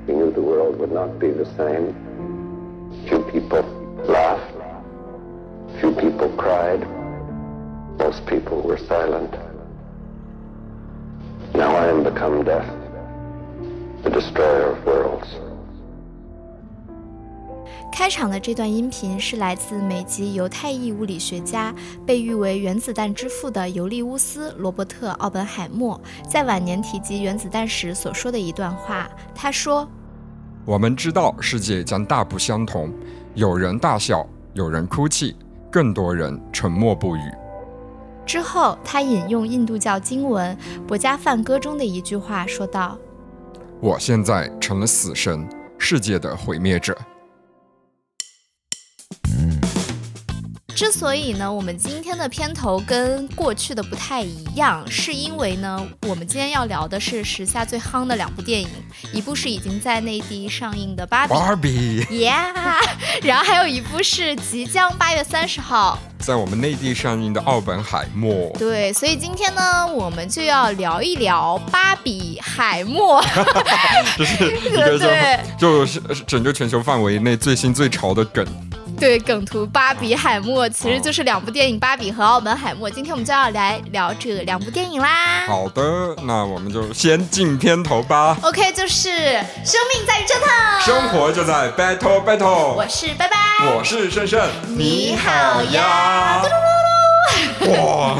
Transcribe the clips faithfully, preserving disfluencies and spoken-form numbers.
We knew the world would not be the same. Few people laughed. Few people cried. Most people were silent. Now I am become death, the destroyer of worlds. 开场的这段音频是来自美籍犹太裔物理学家，被誉为原子弹之父的尤利乌斯·罗伯特·奥本海默在晚年提及原子弹时所说的一段话。他说： 我们知道世界将大不相同，有人大笑，有人哭泣，更多人沉默不语。 之后他引用印度教经文《伯迦梵歌》中的一句话说道： 我现在成了死神，世界的毁灭者。 之所以呢，我们今天的片头跟过去的不太一样，是因为呢，我们今天要聊的是时下最夯的两部电影，一部是已经在内地上映的《芭比》 芭比 ，Yeah， 然后还有一部是即将八月三十号在我们内地上映的《奥本海默》。 对，所以今天呢，我们就要聊一聊《芭比海默》， 这是一个就就是整个全球范围内最新最潮的梗。 对，梗图芭比海默其实就是两部电影，芭比和奥本海默。今天我们就要来聊这两部电影啦。 好的，那我们就先进片头吧。 OK， 就是生命在于折腾， 生活就在 Battle Battle。 我是拜拜， 我是胜胜， 你好呀。 哇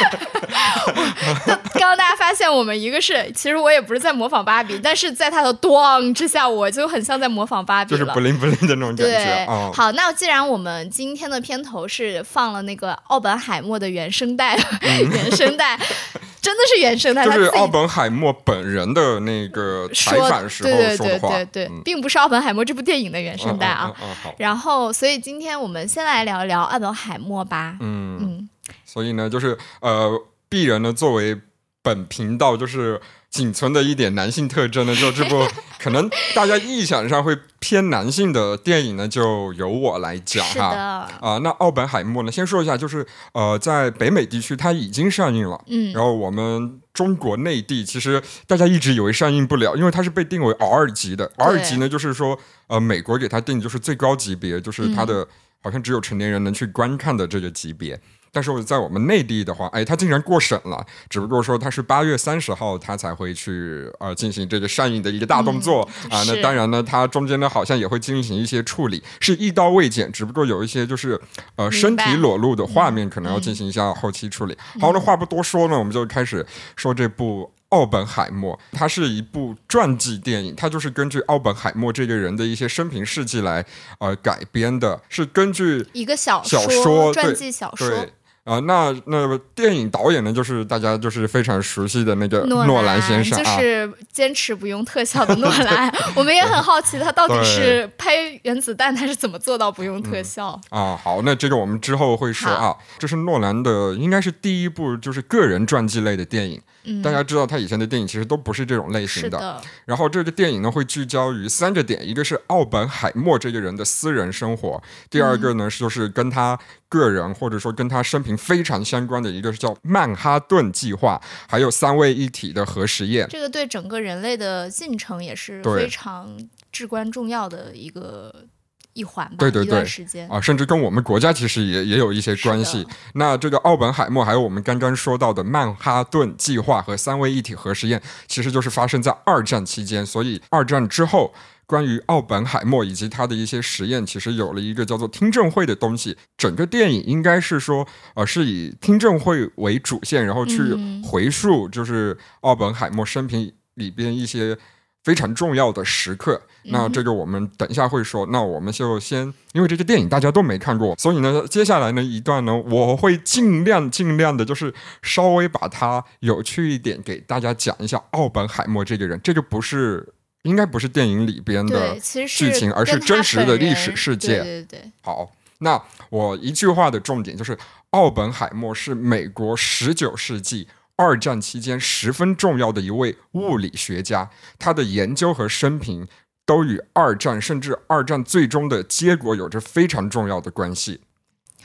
刚刚大家发现我们一个是，其实我也不是在模仿芭比，但是在它的咣之下，我就很像在模仿芭比了， 就是不灵不灵的那种感觉。 对、 哦、 好，那既然我们今天的片头是放了那个奥本海默的原声带，嗯、原声带真的是原声带， 就是奥本海默本人的那个采访时候说的话， 对对对对对、嗯，并不是奥本海默这部电影的原声带啊。 嗯嗯嗯嗯、 然后，所以今天我们先来聊一聊奥本海默吧。 嗯嗯， 所以呢，就是呃，鄙人呢作为本频道就是仅存的一点男性特征呢，就这部可能大家臆想上会偏男性的电影呢，就由我来讲哈。 是的啊、呃，那奥本海默呢，先说一下，就是呃，在北美地区它已经上映了， 嗯， 然后我们中国内地其实大家一直以为上映不了，因为它是被定为 R 级的 ，R 级呢就是说呃，美国给它定就是最高级别，就是它的、嗯、好像只有成年人能去观看的这个级别。但是在我们内地的话，哎，它竟然过审了，只不过说它是八月三十号它才会去呃进行这个上映的一个大动作、嗯、啊。那当然呢，它中间呢好像也会进行一些处理，是一刀未剪，只不过有一些就是呃身体裸露的画面可能要进行一下后期处理。嗯、好，那话不多说呢，我们就开始说这部奥本海默。它是一部传记电影，它就是根据奥本海默这个人的一些生平事迹来呃改编的，是根据一个小说小说传记小说。 对啊、呃，那那电影导演呢，就是大家就是非常熟悉的那个诺兰先生， 就是坚持不用特效的诺兰。我们也很好奇，他到底是拍原子弹，他是怎么做到不用特效、 嗯、啊？好，那这个我们之后会说啊。这是诺兰的，应该是第一部就是个人传记类的电影。嗯、大家知道他以前的电影其实都不是这种类型 的, 的然后这个电影呢会聚焦于三个点，一个是奥本海默这个人的私人生活，第二个呢、嗯、就是跟他个人或者说跟他生平非常相关的一个叫曼哈顿计划，还有三位一体的核实验。 这个对整个人类的进程也是非常至关重要的一个一环吧， 对对对， 一段时间啊，甚至跟我们国家其实也也有一些关系。那这个奥本海默还有我们刚刚说到的曼哈顿计划和三位一体核实验，其实就是发生在二战期间，所以二战之后关于奥本海默以及他的一些实验其实有了一个叫做听证会的东西。整个电影应该是说呃，是以听证会为主线，然后去回溯就是奥本海默生平里边一些非常重要的时刻。那这个我们等一下会说，那我们就先，因为这个电影大家都没看过，所以呢接下来呢一段呢我会尽量尽量的就是稍微把它有趣一点给大家讲一下奥本海默这个人。这个不是应该不是电影里边的剧情，而是真实的历史事件。 对对对。 好，那我一句话的重点就是奥本海默是美国十九世纪二战期间十分重要的一位物理学家，他的研究和生平都与二战甚至二战最终的结果有着非常重要的关系。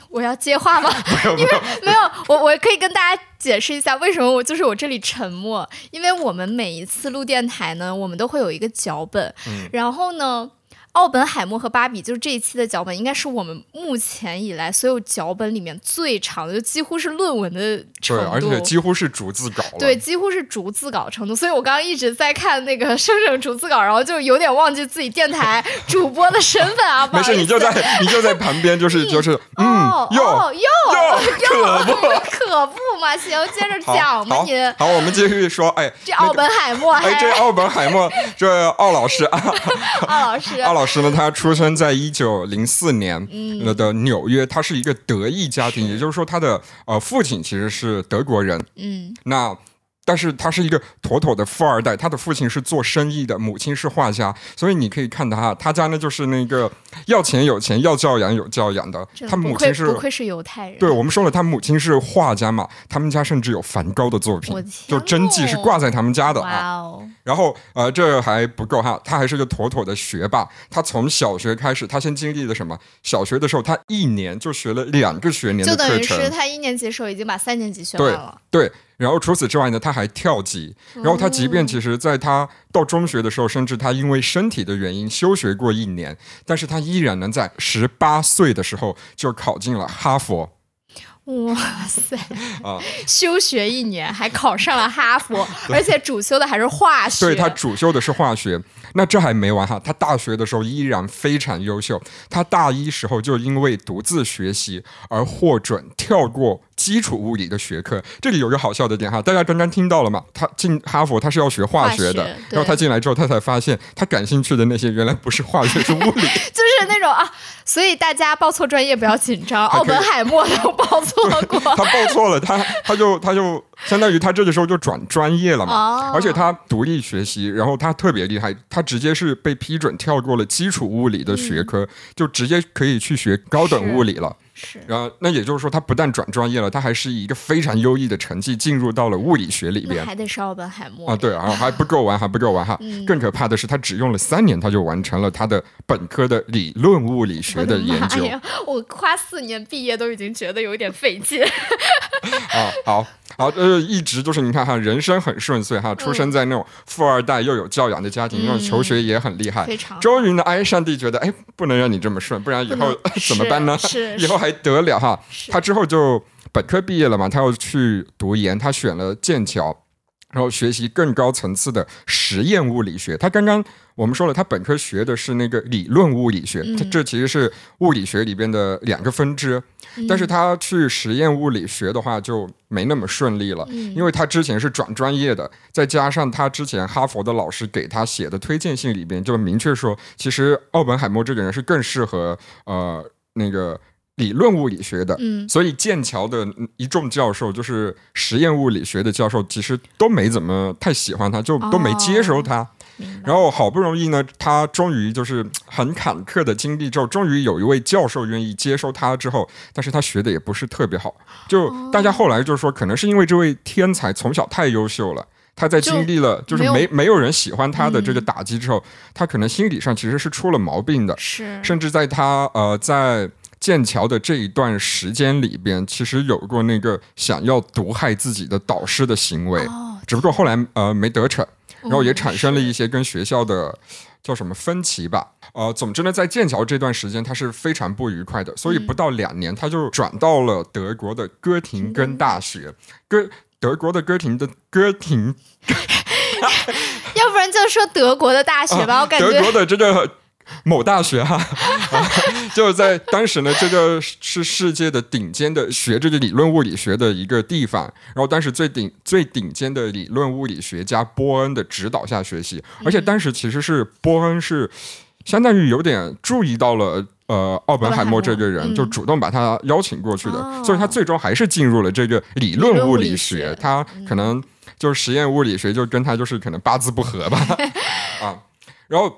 我要接话吗？ 没有没有没有，我我可以跟大家解释一下为什么我就是我这里沉默，因为我们每一次录电台呢，我们都会有一个脚本， 嗯、 然后呢。奥本海默和芭比就是这一期的脚本，应该是我们目前以来所有脚本里面最长的，就几乎是论文的程度。 对，而且几乎是逐字稿了。 对，几乎是逐字稿程度。所以我刚刚一直在看那个生生逐字稿，然后就有点忘记自己电台主播的身份啊。 没事，你就在你就在旁边，就是就是嗯， 哦哟哟哟，可不可不嘛？行，接着讲吧你。 好，我们继续说，哎， 这奥本海默， 哎，这奥本海默，这奥老师啊， 奥老师， 奥老师呢，他出生在一九零四年的纽约，他是一个德裔家庭，也就是说他的呃父亲其实是德国人， 嗯， 那。但是他是一个妥妥的富二代，他的父亲是做生意的，母亲是画家，所以你可以看他，他家呢就是那个要钱有钱，要教养有教养的。他母亲是不愧是犹太人， 对我们说了，他母亲是画家嘛，他们家甚至有梵高的作品，就真迹是挂在他们家的啊。 哦、 然后呃，这还不够哈，他还是个妥妥的学霸。他从小学开始，他先经历了什么？小学的时候，他一年就学了两个学年的课程， 就等于是他一年级的时候已经把三年级学完了。 对。对然后除此之外呢，他还跳级。然后他即便其实在他到中学的时候，甚至他因为身体的原因休学过一年，但是他依然能在十八岁的时候就考进了哈佛。 哇塞！啊，休学一年还考上了哈佛，而且主修的还是化学。 对，他主修的是化学。那这还没完哈，他大学的时候依然非常优秀。他大一时候就因为独自学习而获准跳过基础物理的学科。这里有个好笑的点哈，大家刚刚听到了嘛？他进哈佛他是要学化学的， 学然后他进来之后，他才发现他感兴趣的那些原来不是化学，是物理， 就是那种啊。所以大家报错专业不要紧张，奥本海默都报错过。 他报错了，他他就他就相当于他这个时候就转专业了嘛， 哦、 而且他独立学习，然后他特别厉害，他直接是被批准跳过了基础物理的学科，嗯、就直接可以去学高等物理了。 是， 然后那也就是说，他不但转专业了，他还是以一个非常优异的成绩进入到了物理学里边。 还得是奥本海默啊，对，然后还不够完，还不够完哈。 嗯、 更可怕的是，他只用了三年，他就完成了他的本科的理论物理学的研究。 哎呀，我花四年毕业都已经觉得有点费劲。 啊，好。好，呃，一直就是你看哈，人生很顺遂哈，出生在那种富二代又有教养的家庭，那种、嗯、求学也很厉害。 非常。 终于呢，哎，上帝觉得，哎，不能让你这么顺，不然以后怎么办呢？ 是， 以后还得了哈？他之后就本科毕业了嘛，他要去读研，他选了剑桥。然后学习更高层次的实验物理学。他刚刚我们说了，他本科学的是那个理论物理学，嗯、这其实是物理学里边的两个分支。嗯、但是他去实验物理学的话就没那么顺利了，嗯、因为他之前是转专业的，再加上他之前哈佛的老师给他写的推荐信里边就明确说，其实奥本海默这个人是更适合呃那个。理论物理学的， 嗯， 所以剑桥的一众教授，就是实验物理学的教授，其实都没怎么太喜欢他，就都没接收他。哦、然后好不容易呢，他终于就是很坎坷的经历之后，终于有一位教授愿意接收他之后，但是他学的也不是特别好，就大家后来就说，可能是因为这位天才从小太优秀了。他在经历了就是没没有人喜欢他的这个打击之后，嗯、他可能心理上其实是出了毛病的， 是甚至在他呃在。剑桥的这一段时间里边，其实有过那个想要毒害自己的导师的行为， 哦、 只不过后来呃没得逞，然后也产生了一些跟学校的、嗯、叫什么分歧吧。呃，总之呢，在剑桥这段时间他是非常不愉快的，所以不到两年他就转到了德国的哥廷根大学。哥德国的哥廷的哥廷， 要不然就说德国的大学吧，啊、我感觉德国的这个。某大学哈、啊，就在当时呢，这个是世界的顶尖的学这个理论物理学的一个地方。然后当时最顶最顶尖的理论物理学家波恩的指导下学习，而且当时其实是波恩是相当于有点注意到了呃奥本海默这个人，就主动把他邀请过去的， 嗯、 所以他最终还是进入了这个理论物理学。他可能就实验物理学就跟他就是可能八字不合吧啊，然后。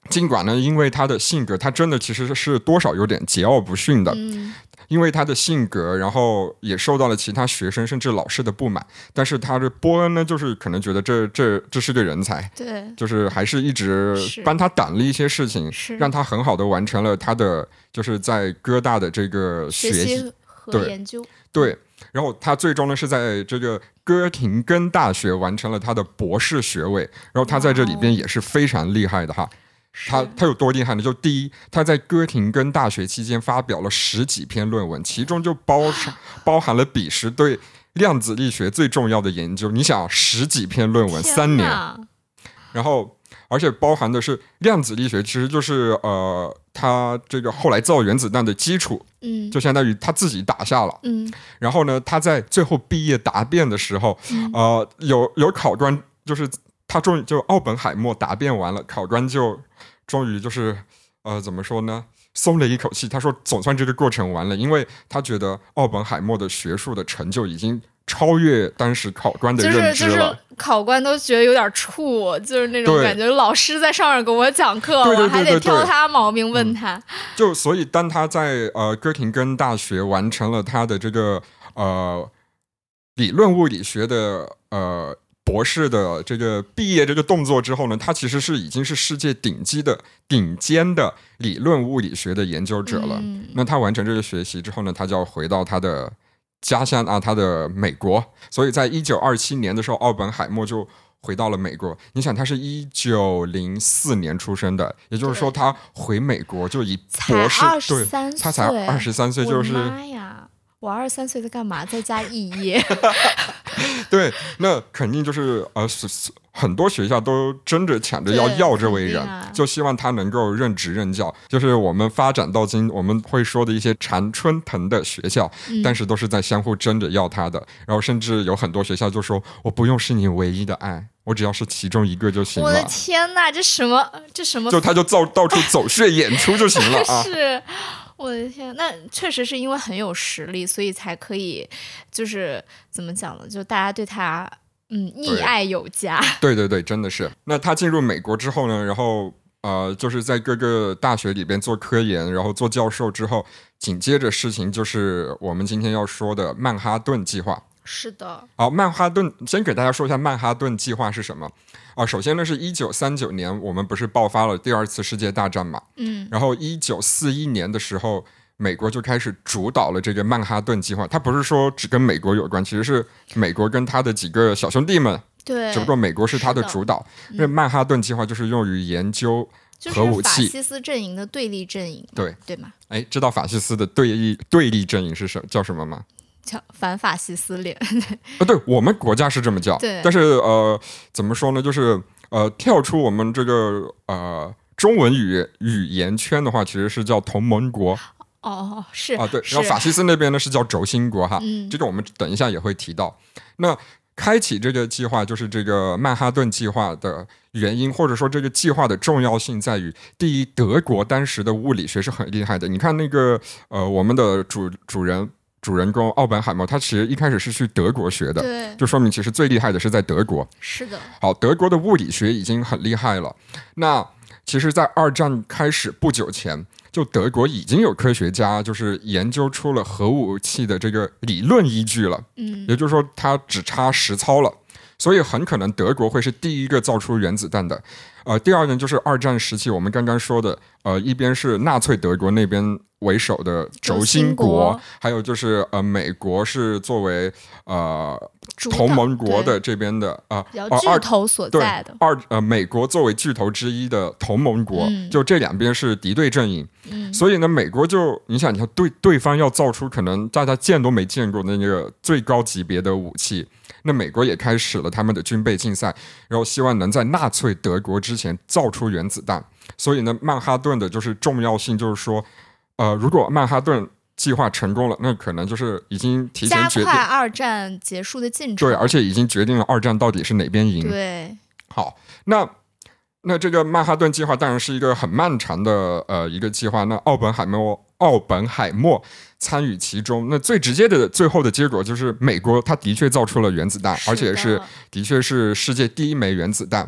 尽管呢，因为他的性格，他真的其实是多少有点桀骜不驯的。 嗯， 因为他的性格，然后也受到了其他学生甚至老师的不满。但是他的波恩呢，就是可能觉得这这这是个人才， 对， 就是还是一直帮他挡了一些事情，让他很好的完成了他的就是在哥大的这个学习学习和研究。 对。对，然后他最终呢是在这个哥廷根大学完成了他的博士学位，然后他在这里边也是非常厉害的哈。他他有多厉害呢？就第一，他在哥廷根大学期间发表了十几篇论文，其中就包包含了彼时对量子力学最重要的研究。你想，十几篇论文，三年，然后而且包含的是量子力学，其实就是呃，他这个后来造原子弹的基础， 嗯， 就相当于他自己打下了， 嗯。 然后呢，他在最后毕业答辩的时候，嗯、呃，有有考官就是他终于就奥本海默答辩完了，考官就。终于就是呃怎么说呢，松了一口气。他说总算这个过程完了，因为他觉得奥本海默的学术的成就已经超越当时考官的认知了， 就是就是考官都觉得有点怵，就是那种感觉，老师在上面给我讲课， 对对对对对， 我还得挑他毛病问他。嗯、 就所以当他在呃哥廷根大学完成了他的这个呃理论物理学的呃。博士的这个毕业这个动作之后呢，他其实是已经是世界顶级的顶尖的理论物理学的研究者了。嗯、那他完成这个学习之后呢，他就要回到他的家乡啊，他的美国。所以在一九二七年的时候，奥本海默就回到了美国。你想，他是一九零四年出生的，也就是说，他回美国就以博士，对，他才二十三岁，就是妈呀！我二十三岁在干嘛？在家肄业。 对，那肯定就是呃，很多学校都争着抢着要要这位人，啊、就希望他能够任职任教。就是我们发展到今，我们会说的一些常春藤的学校，嗯、但是都是在相互争着要他的。然后甚至有很多学校就说：“我不用是你唯一的爱，我只要是其中一个就行了。” 我的天哪，这什么？这什么？ 就他就到到处走穴演出就行了啊！ 是。我的天，那确实是因为很有实力，所以才可以，就是怎么讲呢？就大家对他，嗯，溺爱有加。 对对对，真的是。那他进入美国之后呢，然后呃，就是在各个大学里边做科研，然后做教授之后，紧接着事情就是我们今天要说的曼哈顿计划。 是的。 好，曼哈顿，先给大家说一下曼哈顿计划是什么啊？首先呢，是一九三九年，我们不是爆发了第二次世界大战嘛？嗯。然后一九四一年的时候，美国就开始主导了这个曼哈顿计划。它不是说只跟美国有关，其实是美国跟他的几个小兄弟们。 对。 只不过美国是他的主导。因为曼哈顿计划就是用于研究核武器， 就是法西斯阵营的对立阵营。 对。 对吗？ 哎，知道法西斯的对立对立阵营是什叫什么吗？ 叫反法西斯联。 啊，对，我们国家是这么叫。 对。 但是呃，怎么说呢？就是呃，跳出我们这个呃中文语语言圈的话，其实是叫同盟国。 哦，是啊，对。然后法西斯那边呢是叫轴心国哈。 嗯。 这个我们等一下也会提到。那开启这个计划，就是这个曼哈顿计划的原因，或者说这个计划的重要性在于，第一，德国当时的物理学是很厉害的。你看那个呃，我们的主主人。主人公奥本海默，他其实一开始是去德国学的， 对， 就说明其实最厉害的是在德国。 是的。 好，德国的物理学已经很厉害了。那其实，在二战开始不久前，就德国已经有科学家就是研究出了核武器的这个理论依据了。嗯，也就是说，它只差实操了。所以很可能德国会是第一个造出原子弹的。呃，第二呢，就是二战时期我们刚刚说的，呃，一边是纳粹德国那边为首的轴心国，还有就是呃，美国是作为呃同盟国的这边的啊， 比较巨头所在的二呃，美国作为巨头之一的同盟国，嗯、就这两边是敌对阵营。嗯、所以呢，美国就你想，你看对对方要造出可能大家见都没见过的那个最高级别的武器。那美国也开始了他们的军备竞赛，然后希望能在纳粹德国之前造出原子弹。所以呢，曼哈顿的就是重要性，就是说，呃，如果曼哈顿计划成功了，那可能就是已经提前决定加快二战结束的进程。 对，而且已经决定了二战到底是哪边赢。 对， 好，那那这个曼哈顿计划当然是一个很漫长的呃一个计划。那奥本海默奥本海默参与其中，那最直接的最后的结果就是美国它的确造出了原子弹，而且是的确是世界第一枚原子弹。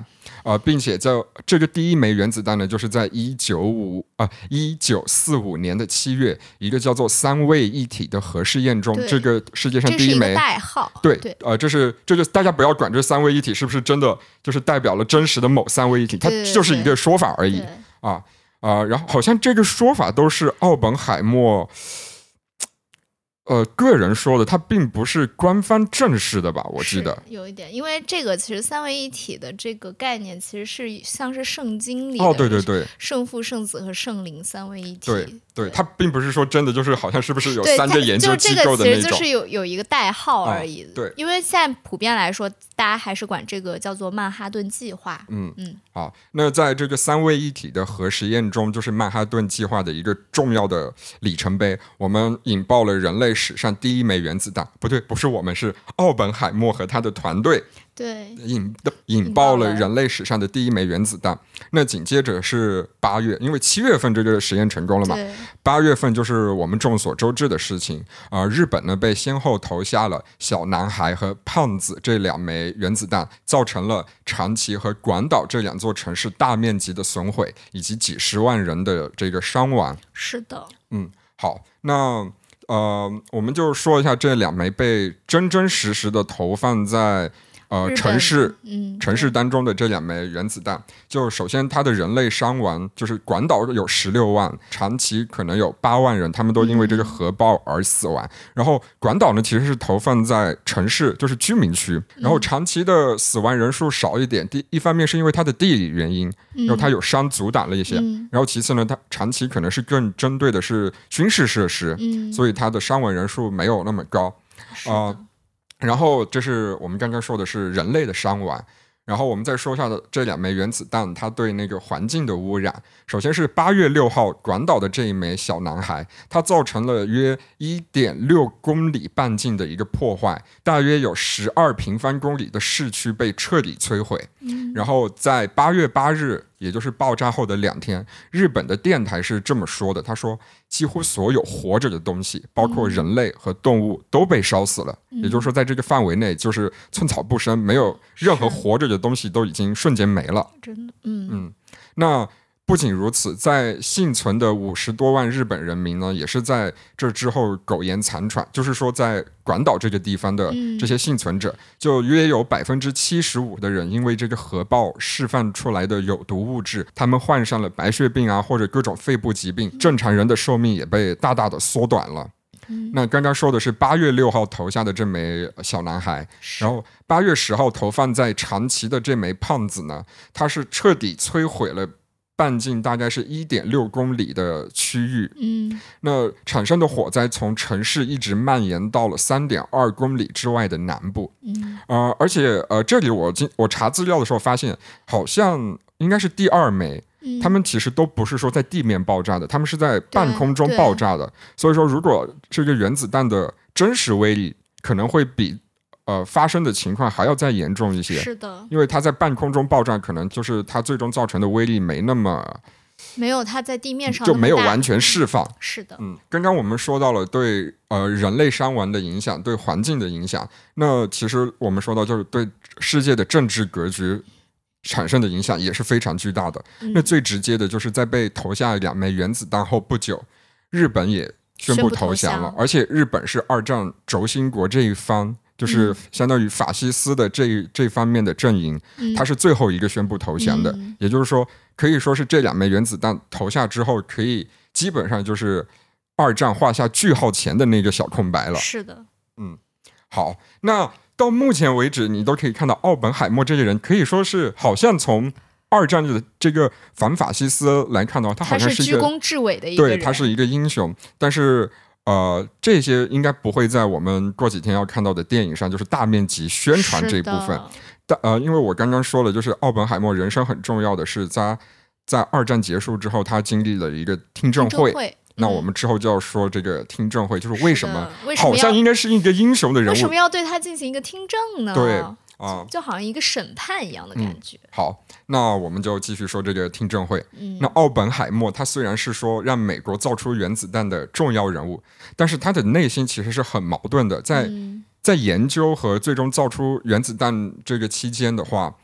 呃，并且在这个第一枚原子弹呢，就是在一九五啊一九四五年的七月，一个叫做三位一体的核试验中，这个世界上第一枚，这是一个代号。 对，对呃，这是这就大家不要管这三位一体是不是真的，就是代表了真实的某三位一体，它就是一个说法而已啊啊、呃，然后好像这个说法都是奥本海默。呃，个人说的，它并不是官方正式的吧？我记得有一点，因为这个其实三位一体的这个概念，其实是像是圣经里的哦，对对对， 圣父、圣子和圣灵三位一体。 对对，它并不是说真的，就是好像是不是有三个研究机构的那种， 就这个其实就是有有一个代号而已。 哦、对， 因为现在普遍来说，大家还是管这个叫做曼哈顿计划。 嗯嗯，好，那在这个三位一体的核实验中，就是曼哈顿计划的一个重要的里程碑，我们引爆了人类史上第一枚原子弹，不对，不是我们，是奥本海默和他的团队对引引爆了人类史上的第一枚原子弹。那紧接着是八月，因为七月份这个实验成功了嘛，八月份就是我们众所周知的事情啊、呃，日本呢被先后投下了小男孩和胖子这两枚原子弹，造成了长崎和广岛这两座城市大面积的损毁，以及几十万人的这个伤亡。 是的， 嗯，好，那。呃，我们就说一下这两枚被真真实实的投放在呃城市、 嗯、 城市当中的这两枚原子弹。就首先它的人类伤亡，就是广岛有十六万，长崎可能有八万人，他们都因为这个核爆而死亡。嗯、然后广岛呢其实是投放在城市，就是居民区，然后长崎的死亡人数少一点，第一方面是因为它的地理原因，然后它有山阻挡了一些， 嗯、 然后其次呢，它长崎可能是更针对的是军事设施， 嗯、 所以它的伤亡人数没有那么高啊、呃。然后这是我们刚刚说的是人类的伤亡，然后我们再说一下的这两枚原子弹它对那个环境的污染。首先是八月六号广岛的这一枚小男孩，它造成了约 一点六公里半径的一个破坏，大约有十二平方公里的市区被彻底摧毁、 嗯、 然后在八月八日，也就是爆炸后的两天，日本的电台是这么说的，他说几乎所有活着的东西包括人类和动物都被烧死了、嗯、也就是说在这个范围内就是寸草不生，没有任何活着的东西都已经瞬间没了。 真的，嗯嗯，那不仅如此，在幸存的五十多万日本人民呢，也是在这之后苟延残喘，就是说在广岛这个地方的这些幸存者，嗯、就约有百分之七十五的人因为这个核爆释放出来的有毒物质，他们患上了白血病啊，或者各种肺部疾病，正常人的寿命也被大大的缩短了。 嗯、 那刚刚说的是八月六号投下的这枚小男孩，然后八月十号投放在长崎的这枚胖子呢，他是彻底摧毁了半径大概是 一点六公里的区域， 嗯， 那产生的火灾从城市一直蔓延到了 三点二公里之外的南部， 嗯， 呃，而且呃，这里我我查资料的时候发现，好像应该是第二枚。 嗯、 他们其实都不是说在地面爆炸的，他们是在半空中爆炸的。所以说，如果这个原子弹的真实威力可能会比呃发生的情况还要再严重一些。 是的， 因为它在半空中爆炸，可能就是它最终造成的威力没那么没有它在地面上就没有完全释放。 是的， 嗯，刚刚我们说到了对呃人类伤亡的影响，对环境的影响，那其实我们说到就是对世界的政治格局产生的影响也是非常巨大的、嗯、那最直接的就是在被投下两枚原子弹后不久，日本也宣布投降了，而且日本是二战轴心国这一方，就是相当于法西斯的这、嗯、这方面的阵营，它是最后一个宣布投降的、嗯、也就是说可以说是这两枚原子弹投下之后，可以基本上就是二战画下句号前的那个小空白了。 是的， 嗯，好，那到目前为止，你都可以看到奥本海默这个人，可以说是好像从二战的这个反法西斯来看的话，他好像是一个他是居功至伟的一个人， 对，他是一个英雄。但是呃，这些应该不会在我们过几天要看到的电影上，就是大面积宣传这一部分。但呃，因为我刚刚说了，就是奥本海默人生很重要的是，在在二战结束之后，他经历了一个听证会。 听证会那我们之后就要说这个听证会，就是为什么为什么好像应该是一个英雄的人物， 为什么要对他进行一个听证呢？ 对啊、呃， 就好像一个审判一样的感觉、 嗯。好，那我们就继续说这个听证会。 嗯、 那奥本海默他虽然是说让美国造出原子弹的重要人物，但是他的内心其实是很矛盾的。在、嗯、在研究和最终造出原子弹这个期间的话，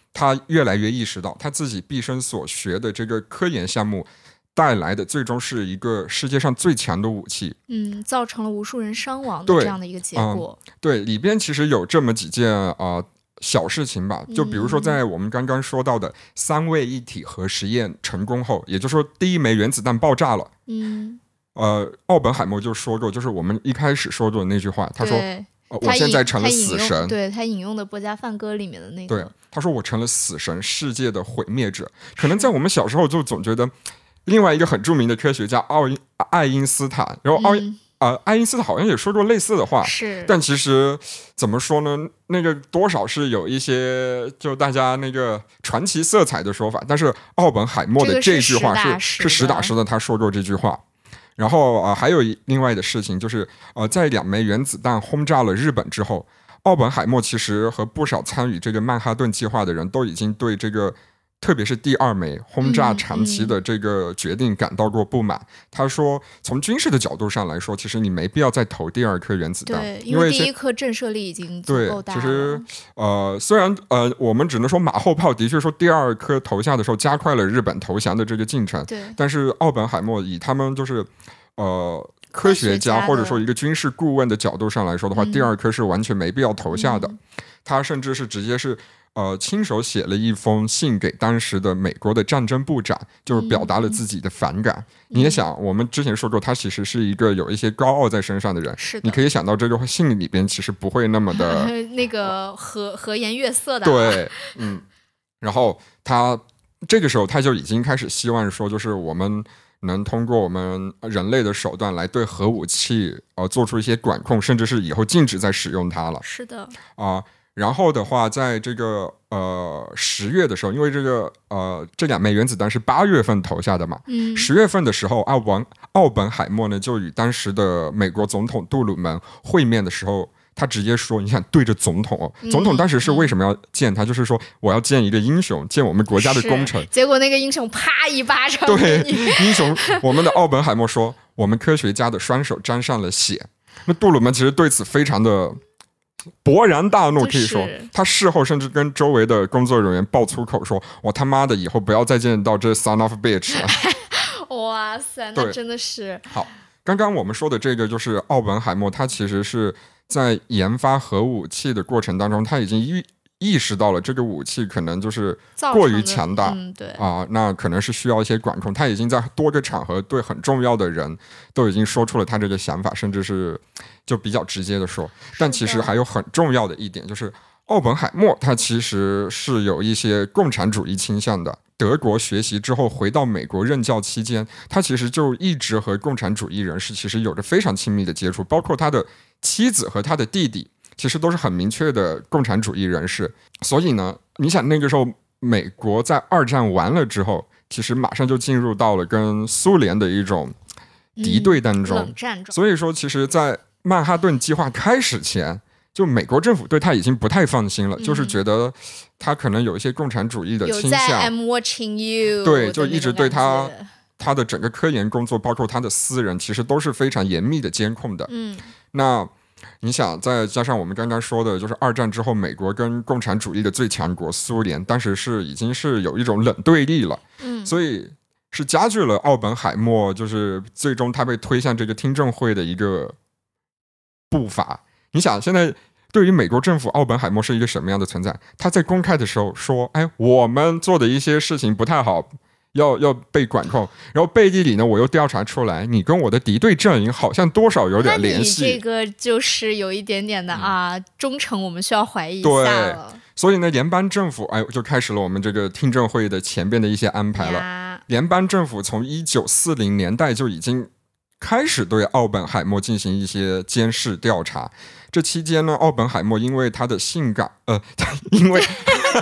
他越来越意识到他自己毕生所学的这个科研项目带来的最终是一个世界上最强的武器， 嗯，造成了无数人伤亡的这样的一个结果。 嗯、对，里边其实有这么几件啊、呃、小事情吧，就比如说在我们刚刚说到的三位一体核实验成功后，也就是说第一枚原子弹爆炸了， 嗯， 呃，奥本海默就说过，就是我们一开始说过的那句话，他说、呃、我现在成了死神， 对，他引用的《波加范歌》里面的那个， 对，他说我成了死神，世界的毁灭者。可能在我们小时候就总觉得另外一个很著名的科学家奥因爱因斯坦，然后奥因、嗯呃、爱因斯坦好像也说过类似的话， 是， 但其实怎么说呢，那个多少是有一些就大家那个传奇色彩的说法，但是奥本海默的这句话是、这个、是, 是实打实的，他说过这句话。然后、呃、还有另外的事情就是、呃、在两枚原子弹轰炸了日本之后，奥本海默其实和不少参与这个曼哈顿计划的人都已经对这个特别是第二枚轰炸长崎的这个决定感到过不满、嗯嗯、他说从军事的角度上来说，其实你没必要再投第二颗原子弹， 对，因为第一颗震慑力已经足够大了。 对，其实呃，虽然呃，我们只能说马后炮的确说第二颗投下的时候加快了日本投降的这个进程， 对， 但是奥本海默以他们就是呃科学家或者说一个军事顾问的角度上来说的话、嗯、第二颗是完全没必要投下的、嗯、他甚至是直接是呃，亲手写了一封信给当时的美国的战争部长，就是表达了自己的反感、嗯、你也想我们之前说过他其实是一个有一些高傲在身上的人， 是的， 你可以想到这个信里边其实不会那么的那个和和颜悦色的、 啊、对，嗯，然后他这个时候他就已经开始希望说就是我们能通过我们人类的手段来对核武器、呃、做出一些管控，甚至是以后禁止再使用它了。 是的啊、呃，然后的话在这个呃十月的时候，因为这个呃这两枚原子弹是八月份投下的嘛， 嗯， 十月份的时候奥本奥本海默呢就与当时的美国总统杜鲁门会面的时候，他直接说，你想对着总统、哦嗯、总统当时是为什么要见他、嗯、就是说我要见一个英雄，见我们国家的功臣， 结果那个英雄啪一巴掌， 对，英雄我们的奥本海默说我们科学家的双手沾上了血。那杜鲁门其实对此非常的勃然大怒，可以说他事后甚至跟周围的工作人员爆粗口说，我他妈的以后不要再见到这 son of bitch 了哇塞，那真的是好。刚刚我们说的这个就是奥本海默，他其实是在研发核武器的过程当中，他已经意意识到了这个武器可能就是过于强大、 嗯、对啊、呃，那可能是需要一些管控。他已经在多个场合对很重要的人都已经说出了他这个想法，甚至是就比较直接的说。但其实还有很重要的一点，就是奥本海默他其实是有一些共产主义倾向的。德国学习之后回到美国任教期间，他其实就一直和共产主义人士其实有着非常亲密的接触，包括他的妻子和他的弟弟其实都是很明确的共产主义人士。所以呢，你想那个时候美国在二战完了之后，其实马上就进入到了跟苏联的一种敌对当中、 嗯、冷战中。 所以说其实在曼哈顿计划开始前，就美国政府对他已经不太放心了、嗯、就是觉得他可能有一些共产主义的倾向，有在 I'm watching you， 对，就一直对他他的整个科研工作包括他的私人其实都是非常严密的监控的。 嗯， 那你想再加上我们刚刚说的就是二战之后美国跟共产主义的最强国苏联当时是已经是有一种冷对立了， 嗯， 所以是加剧了奥本海默就是最终他被推向这个听证会的一个步伐。你想现在对于美国政府，奥本海默是一个什么样的存在？他在公开的时候说，哎，我们做的一些事情不太好，要要被管控，然后背地里呢我又调查出来你跟我的敌对阵营好像多少有点联系， 那你这个就是有一点点的、嗯、啊忠诚我们需要怀疑一下了。 对，所以呢联邦政府哎就开始了我们这个听证会的前边的一些安排了。联邦政府从一九四零年代就已经开始对奥本海默进行一些监视调查。这期间呢，奥本海默因为他的性感，呃，因为，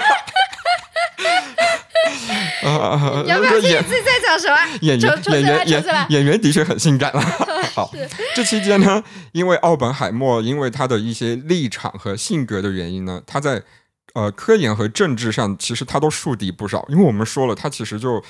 呃，要不要听你自己在讲什么？ 演员演员演演员的确很性感了。好，这期间呢，因为奥本海默因为他的一些立场和性格的原因呢，他在。呃，科研和政治上其实他都树敌不少，因为我们说了他其实就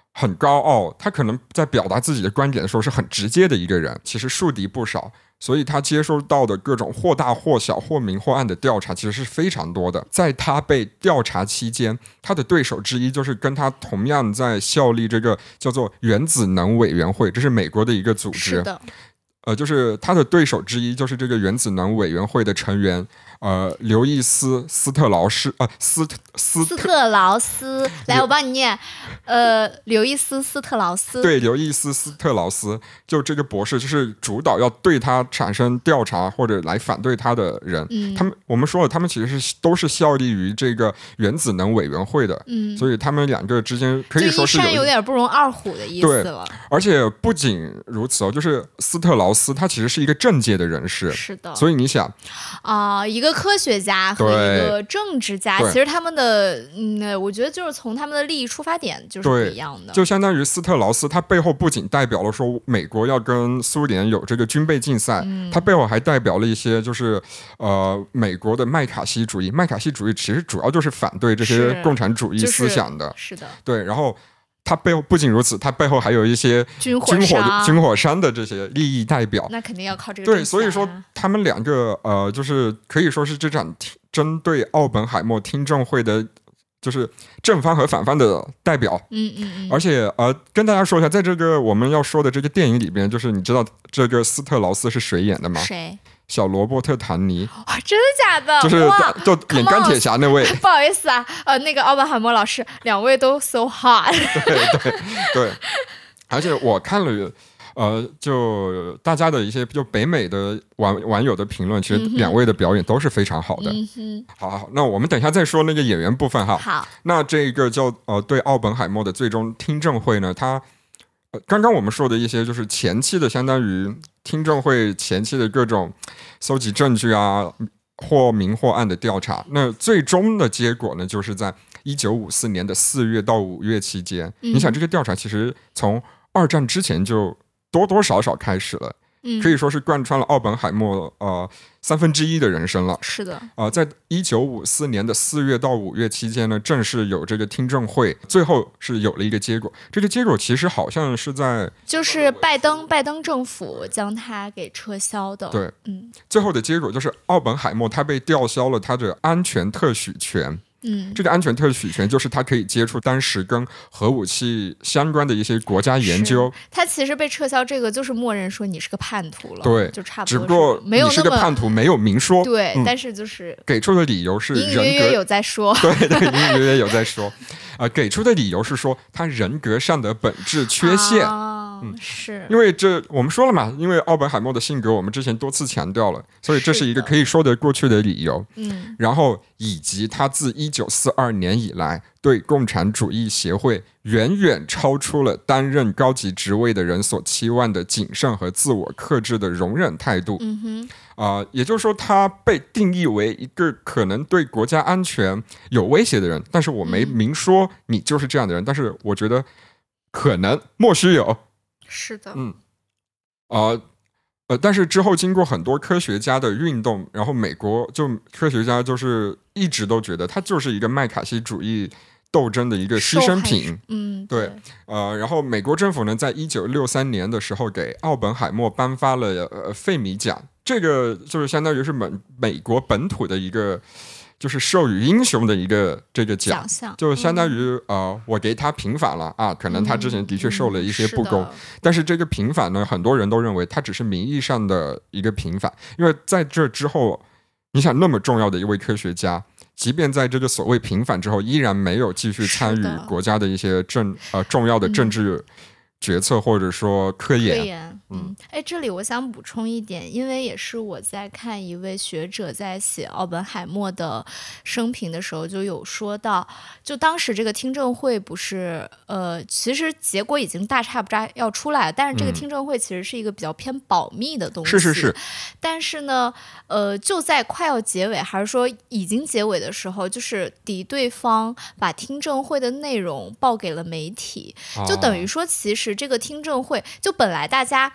很高傲，他可能在表达自己的观点的时候是很直接的一个人，其实树敌不少，所以他接收到的各种或大或小或明或暗的调查其实是非常多的。在他被调查期间，他的对手之一就是跟他同样在效力这个叫做原子能委员会，这是美国的一个组织。 是的， 呃，就是他的对手之一就是这个原子能委员会的成员呃，刘易斯·斯特劳斯啊，斯斯斯特劳斯，来，我帮你念，呃，刘易斯·斯特劳斯， 对，刘易斯·斯特劳斯，就这个博士，就是主导要对他产生调查或者来反对他的人。嗯，他们我们说了，他们其实是都是效力于这个原子能委员会的，嗯，所以他们两个之间可以说是有一山有点不容二虎的意思了。 而且不仅如此哦，就是斯特劳斯他其实是一个政界的人士， 是的， 所以你想啊、呃，一个科学家和一个政治家，其实他们的嗯，我觉得就是从他们的利益出发点就是不一样的。 就相当于斯特劳斯，他背后不仅代表了说美国要跟苏联有这个军备竞赛，嗯、他背后还代表了一些就是呃美国的麦卡锡主义。麦卡锡主义其实主要就是反对这些共产主义思想的， 是、就是、是的， 对，然后。他背后不仅如此，他背后还有一些军火商、军火商的这些利益代表。 那肯定要靠这个。 对，所以说他们两个呃，就是可以说是这场针对奥本海默听证会的，就是正方和反方的代表。 嗯嗯嗯。 而且呃，跟大家说一下，在这个我们要说的这个电影里边，就是你知道这个斯特劳斯是谁演的吗？ 谁？ 小罗伯特·唐尼。 哇，真的假的？ 就是就演钢铁侠那位。 不好意思啊，呃，那个奥本海默老师，两位都 so hot。 对对对，而且我看了，呃，就大家的一些就北美的网网友的评论，其实两位的表演都是非常好的。 嗯哼。 好好好，那我们等一下再说那个演员部分哈。 好。 那这个叫呃对奥本海默的最终听证会呢，它。呃，刚刚我们说的一些就是前期的，相当于听证会前期的各种搜集证据啊，或明或暗的调查。那最终的结果呢，就是在一九五四年的四月到五月期间，嗯、你想这个调查其实从二战之前就多多少少开始了。嗯、可以说是贯穿了奥本海默呃三分之一的人生了。 是的， 呃，在一九五四年的四月到五月期间呢，正式有这个听证会，最后是有了一个结果。这个结果其实好像是在就是拜登拜登政府将它给撤销的。 对， 嗯， 最后的结果就是奥本海默他被吊销了他的安全特许权。 嗯， 这个安全特许权就是他可以接触当时跟核武器相关的一些国家研究。 他其实被撤销这个就是默认说你是个叛徒了， 对， 就差不多。 只不过没有你是个叛徒，没有明说。 对、 嗯， 但是就是给出的理由是人格隐隐约约有在说。 对对，隐隐约约有在说。呃，给出的理由是说他人格上的本质缺陷。 啊、嗯，是因为这我们说了嘛，因为奥本海默的性格我们之前多次强调了，所以这是一个可以说得过去的理由。 嗯， 然后以及他自一九四二年以来对共产主义协会远远超出了担任高级职位的人所期望的谨慎和自我克制的容忍态度。 嗯哼， 啊、呃，也就是说，他被定义为一个可能对国家安全有威胁的人，但是我没明说你就是这样的人，嗯、但是我觉得可能莫须有。 是的， 嗯，呃呃，但是之后经过很多科学家的运动，然后美国就科学家就是一直都觉得他就是一个麦卡锡主义斗争的一个牺牲品。 嗯， 对， 对呃，然后美国政府呢，在一九六三年的时候给奥本海默颁发了呃费米奖，这个就是相当于是美美国本土的一个。就是授予英雄的一个这个奖， 奖项就相当于、嗯、呃，我给他平反了啊，可能他之前的确受了一些不公， 嗯、是但是这个平反呢，很多人都认为他只是名义上的一个平反，因为在这之后，你想那么重要的一位科学家，即便在这个所谓平反之后，依然没有继续参与国家的一些政呃重要的政治。嗯决策或者说科研， 科研嗯，哎，这里我想补充一点，因为也是我在看一位学者在写奥本海默的生平的时候就有说到，就当时这个听证会不是呃，其实结果已经大差不差要出来，但是这个听证会其实是一个比较偏保密的东西， 是是是。 但是呢，呃，就在快要结尾还是说已经结尾的时候，就是敌对方把听证会的内容报给了媒体，就等于说其实。这个听证会就本来大家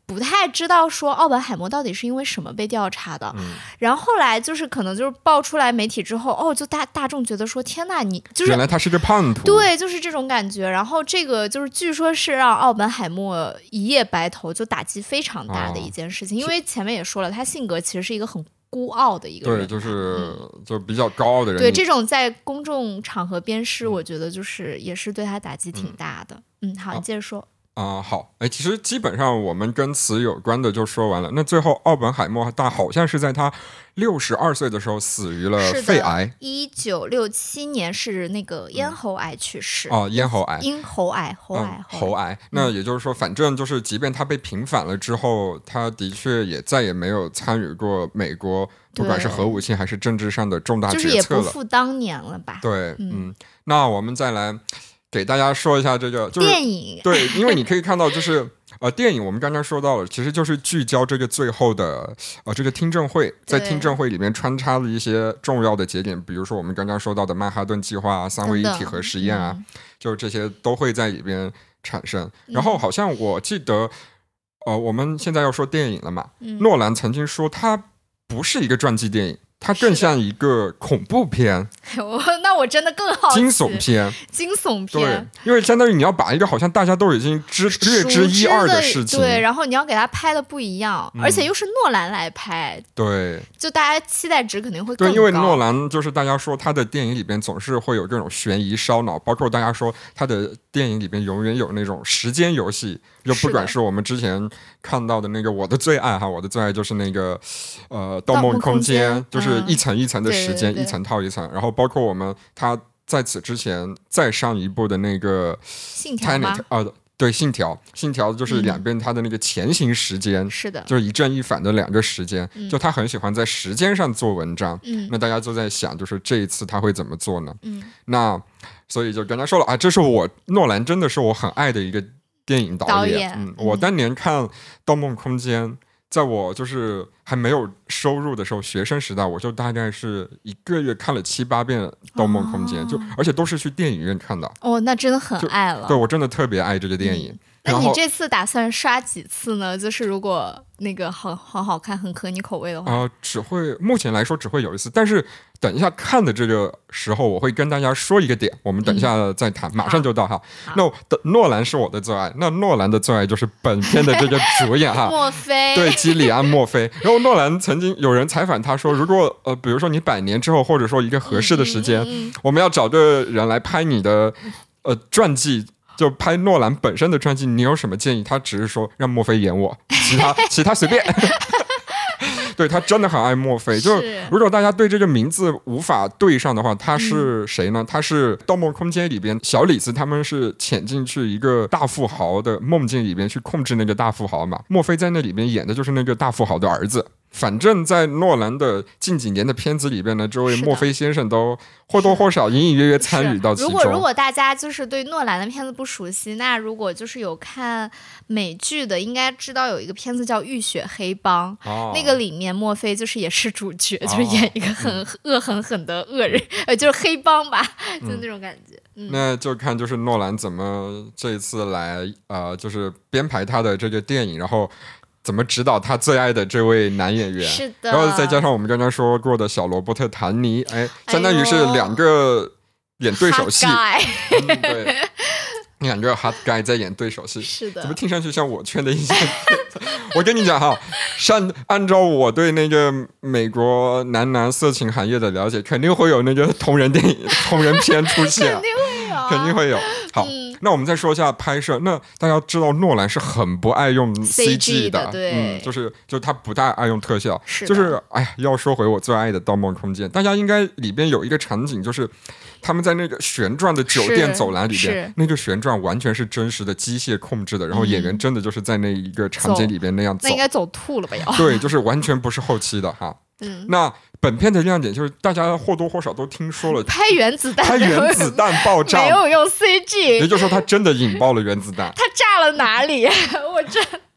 不太知道说奥本海默到底是因为什么被调查的。 嗯， 然后后来就是可能就是爆出来媒体之后，哦，就大大众觉得说天哪，你就是原来他是个叛徒， 对，就是这种感觉。然后这个就是据说是让奥本海默一夜白头，就打击非常大的一件事情。 哦、 因为前面也说了，他性格其实是一个很孤傲的一个人， 对，就是、 嗯、 就比较高傲的人。 对，这种在公众场合鞭尸，我觉得就是也是对他打击挺大的。嗯，嗯好，你接着说。 啊、呃，好，哎，其实基本上我们跟此有关的就说完了。那最后，奥本海默他好像是在他六十二岁的时候死于了肺癌。 一九六七年是那个咽喉癌去世。 哦、嗯，咽喉癌， 咽喉癌，喉癌， 嗯、喉癌。那也就是说，反正就是，即便他被平反了之后，他的确也再也没有参与过美国不管是核武器还是政治上的重大决策了， 就是也不复当年了吧？ 对，嗯，嗯那我们再来。给大家说一下这个、就是、 电影， 对，因为你可以看到，就是呃，电影我们刚刚说到了，其实就是聚焦这个最后的呃这个听证会，在听证会里面穿插了一些重要的节点，比如说我们刚刚说到的曼哈顿计划啊、三位一体核实验啊，嗯、就是这些都会在里边产生。然后好像我记得，呃，我们现在要说电影了嘛，嗯、诺兰曾经说他不是一个传记电影。它更像一个恐怖片， 那我真的更好奇。 惊悚片， 惊悚片， 对，因为相当于你要把一个好像大家都已经知略知一二的事情， 对，然后你要给它拍的不一样、嗯，而且又是诺兰来拍， 对， 就大家期待值肯定会更高。 对，因为诺兰就是大家说他的电影里边总是会有这种悬疑烧脑，包括大家说他的电影里边永远有那种时间游戏，就不管是我们之前看到的那个我的最爱哈，我的最爱就是那个呃《盗梦空间》，就是是一层一层的时间、嗯、对对对，一层套一层，然后包括我们他在此之前再上一部的那个信条吗？ 呃，对，信条，信条就是两边它的那个前行时间、嗯、 是的， 就是一正一反的两个时间、嗯、就他很喜欢在时间上做文章、 嗯、 那大家就在想就是这一次他会怎么做呢、 嗯、 那所以就跟他说了啊，这是我诺兰真的是我很爱的一个电影导演, 导演嗯、我当年看《盗梦空间》在我就是还没有收入的时候，学生时代我就大概是一个月看了七八遍《盗梦空间》哦，就而且都是去电影院看的。 哦，那真的很爱了。 对，我真的特别爱这个电影。嗯， 那你这次打算刷几次呢？就是如果那个很很好看、很合你口味的话， 呃，只会目前来说只会有一次，但是等一下看的这个时候，我会跟大家说一个点，我们等一下再谈，嗯、马上就到哈。那诺兰是我的最爱，那诺兰的最爱就是本片的这个主演哈， 墨菲， 对，基里安·墨菲。然后诺兰曾经有人采访他说，如果呃，比如说你百年之后，或者说一个合适的时间，嗯嗯嗯我们要找个人来拍你的呃传记。就拍诺兰本身的传记，你有什么建议？他只是说让墨菲演我，其他其他随便。对，他真的很爱墨菲。就如果大家对这个名字无法对上的话，他是谁呢？嗯、他是《盗梦空间》里边小李子他们是潜进去一个大富豪的梦境里边去控制那个大富豪嘛。墨菲在那里边演的就是那个大富豪的儿子。反正在诺兰的近几年的片子里边呢，这位墨菲先生都或多或少隐隐约约参与到其中。 如果如果大家就是对诺兰的片子不熟悉，那如果就是有看美剧的，应该知道有一个片子叫《浴血黑帮》，哦，那个里面墨菲就是也是主角，哦，就是演一个很恶狠狠的恶人，呃，就是黑帮吧，就那种感觉。嗯嗯， 那就看就是诺兰怎么这一次来呃，就是编排他的这个电影，然后怎么指导他最爱的这位男演员， 是的， 然后再加上我们刚刚说过的小罗伯特·坦尼，哎，相当于是两个演对手戏，嗯，对，两个 hot guy 在演对手戏， 是的， 怎么听上去像我圈的一些？我跟你讲哈，按按照我对那个美国男男色情行业的了解，肯定会有那个同人电影、同人片出现， 肯定会有， 肯定会有。好。嗯，那我们再说一下拍摄。那大家知道诺兰是很不爱用 C G 的， C G 的对， 嗯，就是就他不太爱用特效， 是就是哎呀，要说回我最爱的《盗梦空间》，大家应该里边有一个场景，就是他们在那个旋转的酒店走廊里边，那个旋转完全是真实的机械控制的，然后演员真的就是在那一个场景里边那样走， 那应该走吐了吧要？ 对，就是完全不是后期的哈。 嗯， 那本片的亮点就是大家或多或少都听说了， 拍原子弹， 拍原子弹爆炸没有用 C G， 也就是说他真的引爆了原子弹， 他炸了哪里？我真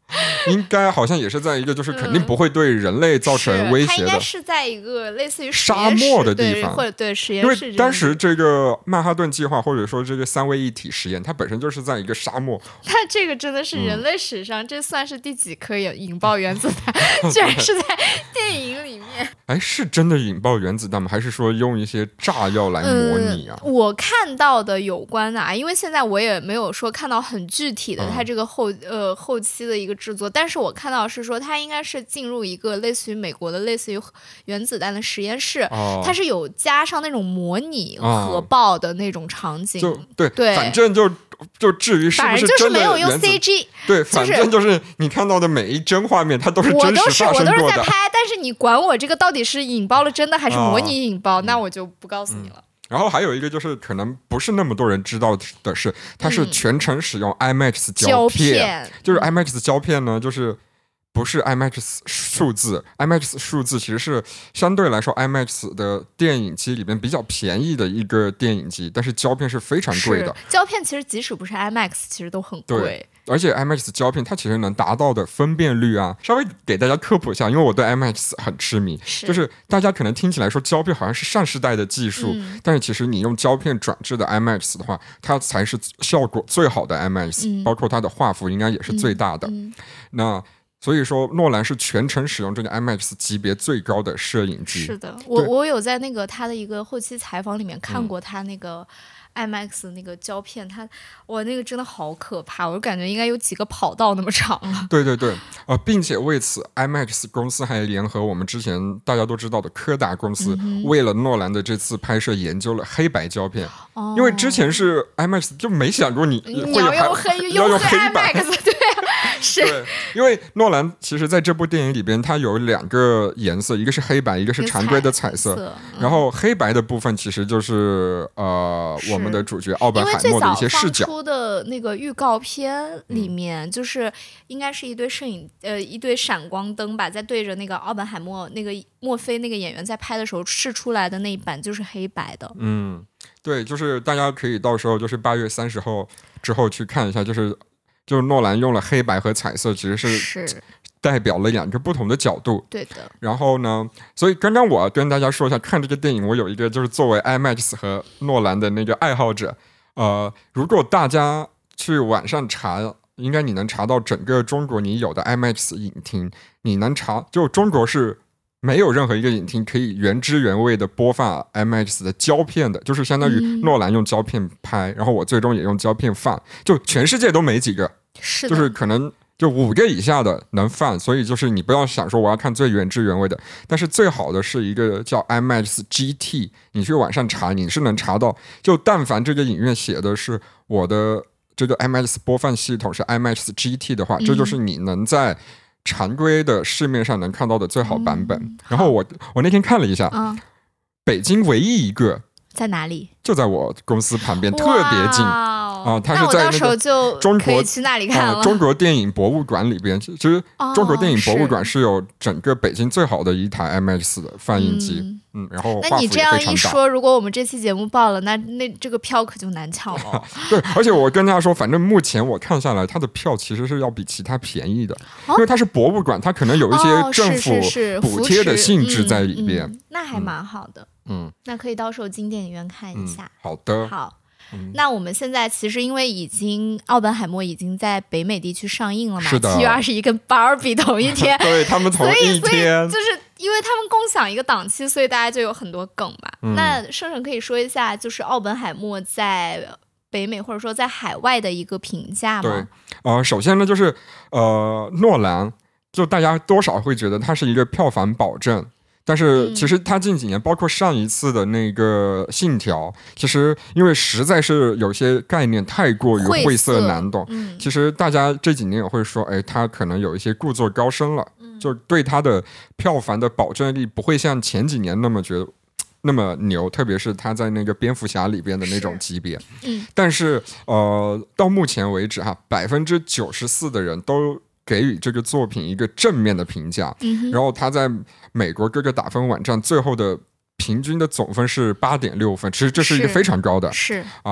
应该好像也是在一个就是肯定不会对人类造成威胁的， 它应该是在一个类似于沙漠的地方， 或者对实验室。 因为当时这个曼哈顿计划或者说这个三位一体实验，它本身就是在一个沙漠。 那这个真的是人类史上、嗯、这算是第几颗引爆原子弹？居然是在电影里面。 哎，是真的引爆原子弹吗？还是说用一些炸药来模拟啊？ 嗯、我看到的有关的啊，因为现在我也没有说看到很具体的它这个后、嗯、呃后期的一个制作，但是我看到是说它应该是进入一个类似于美国的类似于原子弹的实验室，哦、它是有加上那种模拟核爆的那种场景， 哦、就 对, 对， 反正就就至于是不是真的原子， 反正就是没有用 C G， 对，反正就是你看到的每一帧画面，它都是真实发生过的。 我都是我都是在拍，但是你管我这个到底是引爆了真的还是模拟引爆，哦、那我就不告诉你了。 嗯然后还有一个就是可能不是那么多人知道的是，它是全程使用 IMAX 胶片，嗯、胶片就是 IMAX 胶片呢，就是不是 IMAX 数字 ，IMAX 数字其实是相对来说 IMAX 的电影机里面比较便宜的一个电影机，但是胶片是非常贵的。 胶片其实即使不是 IMAX， 其实都很贵。 对，而且 IMAX 胶片它其实能达到的分辨率啊，稍微给大家科普一下，因为我对 IMAX 很痴迷， 是就是大家可能听起来说胶片好像是上世代的技术，嗯、但是其实你用胶片转制的 IMAX 的话，它才是效果最好的 IMAX，嗯、包括它的画幅应该也是最大的。嗯嗯、那所以说诺兰是全程使用这个 IMAX 级别最高的摄影机。 是的，我我有在那个他的一个后期采访里面看过他那个 IMAX 那个胶片，他哇那个真的好可怕，我感觉应该有几个跑道那么长了。 对对对，呃，并且为此 IMAX 公司还联合我们之前大家都知道的柯达公司，嗯、为了诺兰的这次拍摄研究了黑白胶片，哦、因为之前是 IMAX 就没想过你会有要用黑要用黑白， 对。是对，因为诺兰其实在这部电影里边，它有两个颜色，一个是黑白，一个是常规的彩色。彩色嗯、然后黑白的部分其实就是呃是我们的主角奥本海默的一些视角。 因为最早放出的那个预告片里面，嗯、就是应该是一堆摄影呃一堆闪光灯吧，在对着那个奥本海默那个墨菲那个演员在拍的时候试出来的那一版就是黑白的。 嗯，对，就是大家可以到时候就是八月三十号之后去看一下，就是。就是诺兰用了黑白和彩色，其实是代表了两个不同的角度。 对的。 然后呢，所以刚刚我跟大家说一下，看这个电影，我有一个就是作为 IMAX 和诺兰的那个爱好者，呃，如果大家去网上查，应该你能查到整个中国你有的 IMAX 影厅，你能查，就中国是没有任何一个影厅可以原汁原味的播放 IMAX 的胶片的，就是相当于诺兰用胶片拍，嗯、然后我最终也用胶片放，就全世界都没几个。 是就是可能就五个以下的能放，所以就是你不要想说我要看最原汁原味的，但是最好的是一个叫 IMAX G T， 你去网上查你是能查到，就但凡这个影院写的是我的这个 IMAX 播放系统是 IMAX G T 的话，嗯、这就是你能在常规的市面上能看到的最好版本。嗯、然后我我那天看了一下，嗯、北京唯一一个在哪里？ 就在我公司旁边，特别近。啊，它是在那个中国去那里看了、 呃、中国电影博物馆里边，其实中国电影博物馆是有整个北京最好的一台 IMAX 的放映机，嗯，嗯然后那你这样一说，如果我们这期节目报了，那那这个票可就难抢了。 对，而且我跟大家说，反正目前我看下来，它的票其实是要比其他便宜的，哦、因为它是博物馆，它可能有一些政府补贴的性质在里边， 哦嗯嗯、那还蛮好的。嗯，那可以到时候进电影院看一下。 嗯、好的， 好。那我们现在其实因为已经奥本海默已经在北美地区上映了嘛，七月二十一跟芭比同一天， 对他们同一天， 就是因为他们共享一个档期，所以大家就有很多梗吧。嗯、那盛盛可以说一下，就是奥本海默在北美或者说在海外的一个评价吗？ 对，呃，首先呢，就是呃，诺兰，就大家多少会觉得他是一个票房保证。但是其实他近几年包括上一次的那个信条，其实因为实在是有些概念太过于晦涩难懂，嗯、其实大家这几年也会说，哎，他可能有一些故作高深了，嗯、就对他的票房的保证力不会像前几年那么觉得那么牛，特别是他在那个蝙蝠侠里边的那种级别。嗯、但是呃，到目前为止哈，百分之九十四的人都给予这个作品一个正面的评价，嗯、然后他在美国各个打分网站最后的平均的总分是八点六分，其实这是一个非常高的， 是啊。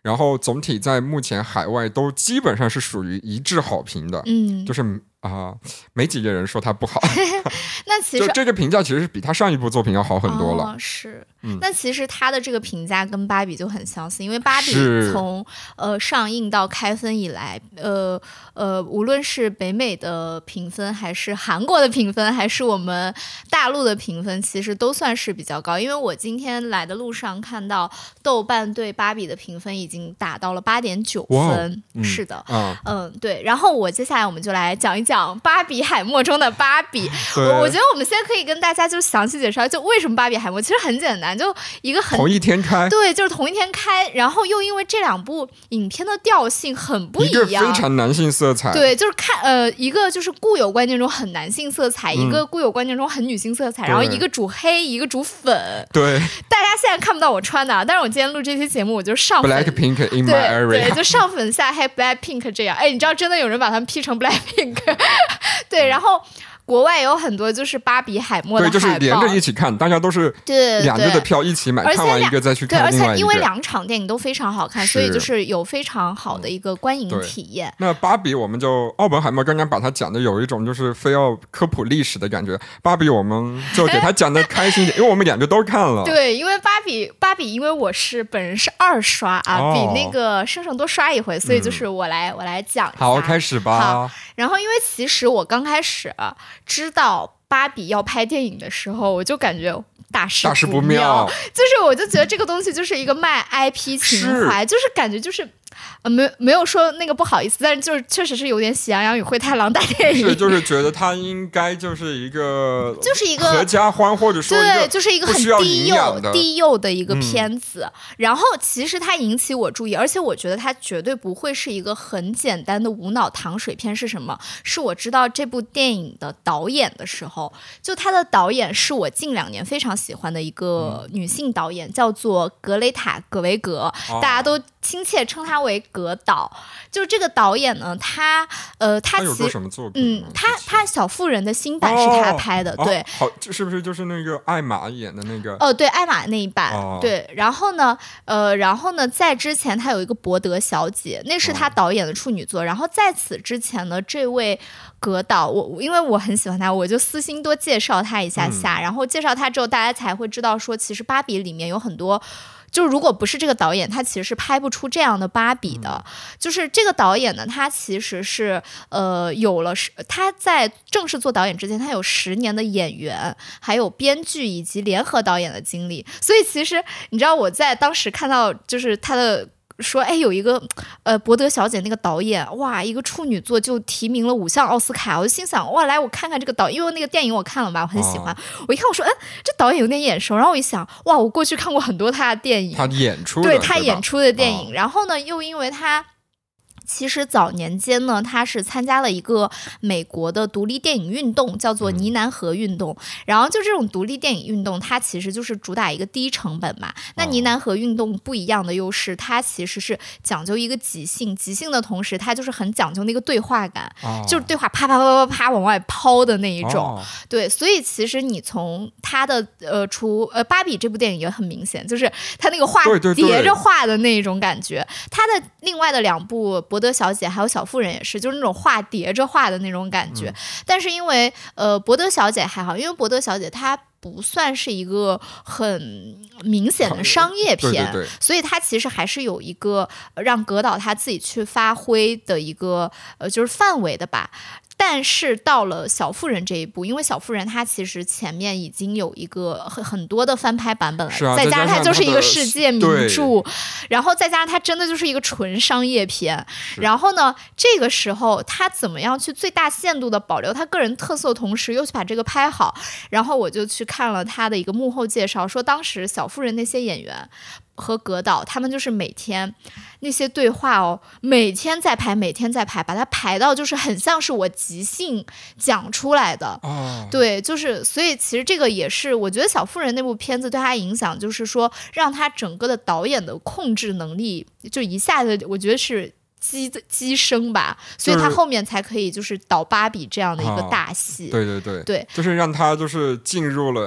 然后总体在目前海外都基本上是属于一致好评的， 嗯， 就是啊、呃，没几个人说它不好。 那其实就这个评价其实是比他上一部作品要好很多了。 哦、是、 嗯， 那其实他的这个评价跟芭比就很相似，因为芭比从呃上映到开分以来，呃呃，无论是北美的评分，还是韩国的评分，还是我们大陆的评分，其实都算是比较高。因为我今天来的路上看到豆瓣对芭比的评分已经达到了八点九分， 嗯、 是的， 嗯嗯，对。然后我接下来我们就来讲一讲芭比海默中的芭比。我我觉得我们现在可以跟大家就详细介绍，就为什么芭比海默其实很简单，就一个很同一天开， 对，就是同一天开，然后又因为这两部影片的调性很不一样， 一个非常男性色彩， 对，就是看呃一个就是固有观念中很男性色彩，嗯、一个固有观念中很女性色彩，然后一个主黑，一个主粉， 对， 大家现在看不到我穿的，但是我今天录这期节目我就上粉 Black Pink in my 对 area， 对，就上粉下黑 Black Pink 这样，哎，你知道真的有人把他们 P 成 Black Pink， 对，然后。国外有很多就是芭比海默的海报， 对，就是连着一起看，大家都是两个的票一起买，看完一个再去看另外一个。 对，而且因为两场电影都非常好看，所以就是有非常好的一个观影体验。 那芭比我们就奥本海默刚刚把它讲的有一种就是非要科普历史的感觉，芭比我们就给他讲的开心一点，因为我们两个都看了。 对，因为芭比芭比，因为我是本人是二刷啊，哦、比那个生生多刷一回，所以就是我来、嗯、我来讲一下。 好，开始吧。 好，然后因为其实我刚开始、啊、知道。芭比要拍电影的时候，我就感觉大事大事不妙，就是我就觉得这个东西就是一个卖 I P 情怀，就是感觉就是呃没没有说那个不好意思，但是就是确实是有点喜羊羊与灰太狼大电影， 是就是觉得它应该就是一个就是一个合家欢，或者说对，就是一个很低幼的低幼的一个片子、嗯。然后其实它引起我注意，而且我觉得它绝对不会是一个很简单的无脑糖水片。是什么？是我知道这部电影的导演的时候，就他的导演是我近两年非常喜欢的一个女性导演，嗯、叫做格雷塔·葛维格、哦，大家都亲切称她为葛导。就这个导演呢，他呃，他有过什么作品？ 嗯，他他《小妇人》的新版是他拍的， 哦、 对， 哦、好，这是不是就是那个艾玛演的那个？ 哦，对，艾玛那一版， 哦、 对。然后呢，呃，然后呢，在之前他有一个《伯德小姐》，那是他导演的处女作。哦、然后在此之前呢，这位葛导，我因为我很喜欢他，我就私心多介绍他一下下。嗯、然后介绍他之后，大家才会知道说，其实芭比里面有很多。就如果不是这个导演，他其实是拍不出这样的芭比的。嗯、就是这个导演呢，他其实是呃有了，他在正式做导演之前，他有十年的演员、还有编剧以及联合导演的经历。所以其实你知道，我在当时看到就是他的。说哎，有一个呃伯德小姐那个导演，哇，一个处女作就提名了五项奥斯卡，我就心想哇，来我看看这个导演，因为那个电影我看了嘛，我很喜欢。哦、我一看我说，嗯，这导演有点眼熟，然后我一想，哇，我过去看过很多他的电影， 他演出的对他演出的电影， 哦、 然后呢，又因为他。其实早年间呢，他是参加了一个美国的独立电影运动，叫做呢喃河运动。嗯、然后就这种独立电影运动，它其实就是主打一个低成本嘛。那呢喃河运动不一样的优势，它其实是讲究一个即兴，即兴的同时，它就是很讲究那个对话感，哦、就是对话啪啪啪啪啪往外抛的那一种。哦、对，所以其实你从他的呃，除呃芭比这部电影也很明显，就是他那个话叠着画的那一种感觉。他的另外的两部。伯德小姐还有小妇人也是，就是那种画叠着画的那种感觉。嗯、但是因为呃伯德小姐还好，因为伯德小姐她不算是一个很明显的商业片， 对对对， 所以她其实还是有一个让葛导他自己去发挥的一个呃就是范围的吧。但是到了小妇人这一步，因为小妇人它其实前面已经有一个很很多的翻拍版本了， 啊、 再加上它就是一个世界名著，然后再加上它真的就是一个纯商业片。然后呢，这个时候他怎么样去最大限度的保留他个人特色，同时又去把这个拍好？然后我就去看了他的一个幕后介绍，说当时小妇人那些演员。和葛导他们就是每天那些对话哦，每天在排，每天在排，把它排到就是很像是我即兴讲出来的。 哦， 对，就是所以其实这个也是我觉得小妇人那部片子对他影响，就是说让他整个的导演的控制能力就一下子我觉得是激激升吧，所以他后面才可以就是导芭比这样的一个大戏。 哦、对对对对， 就是让他就是进入了。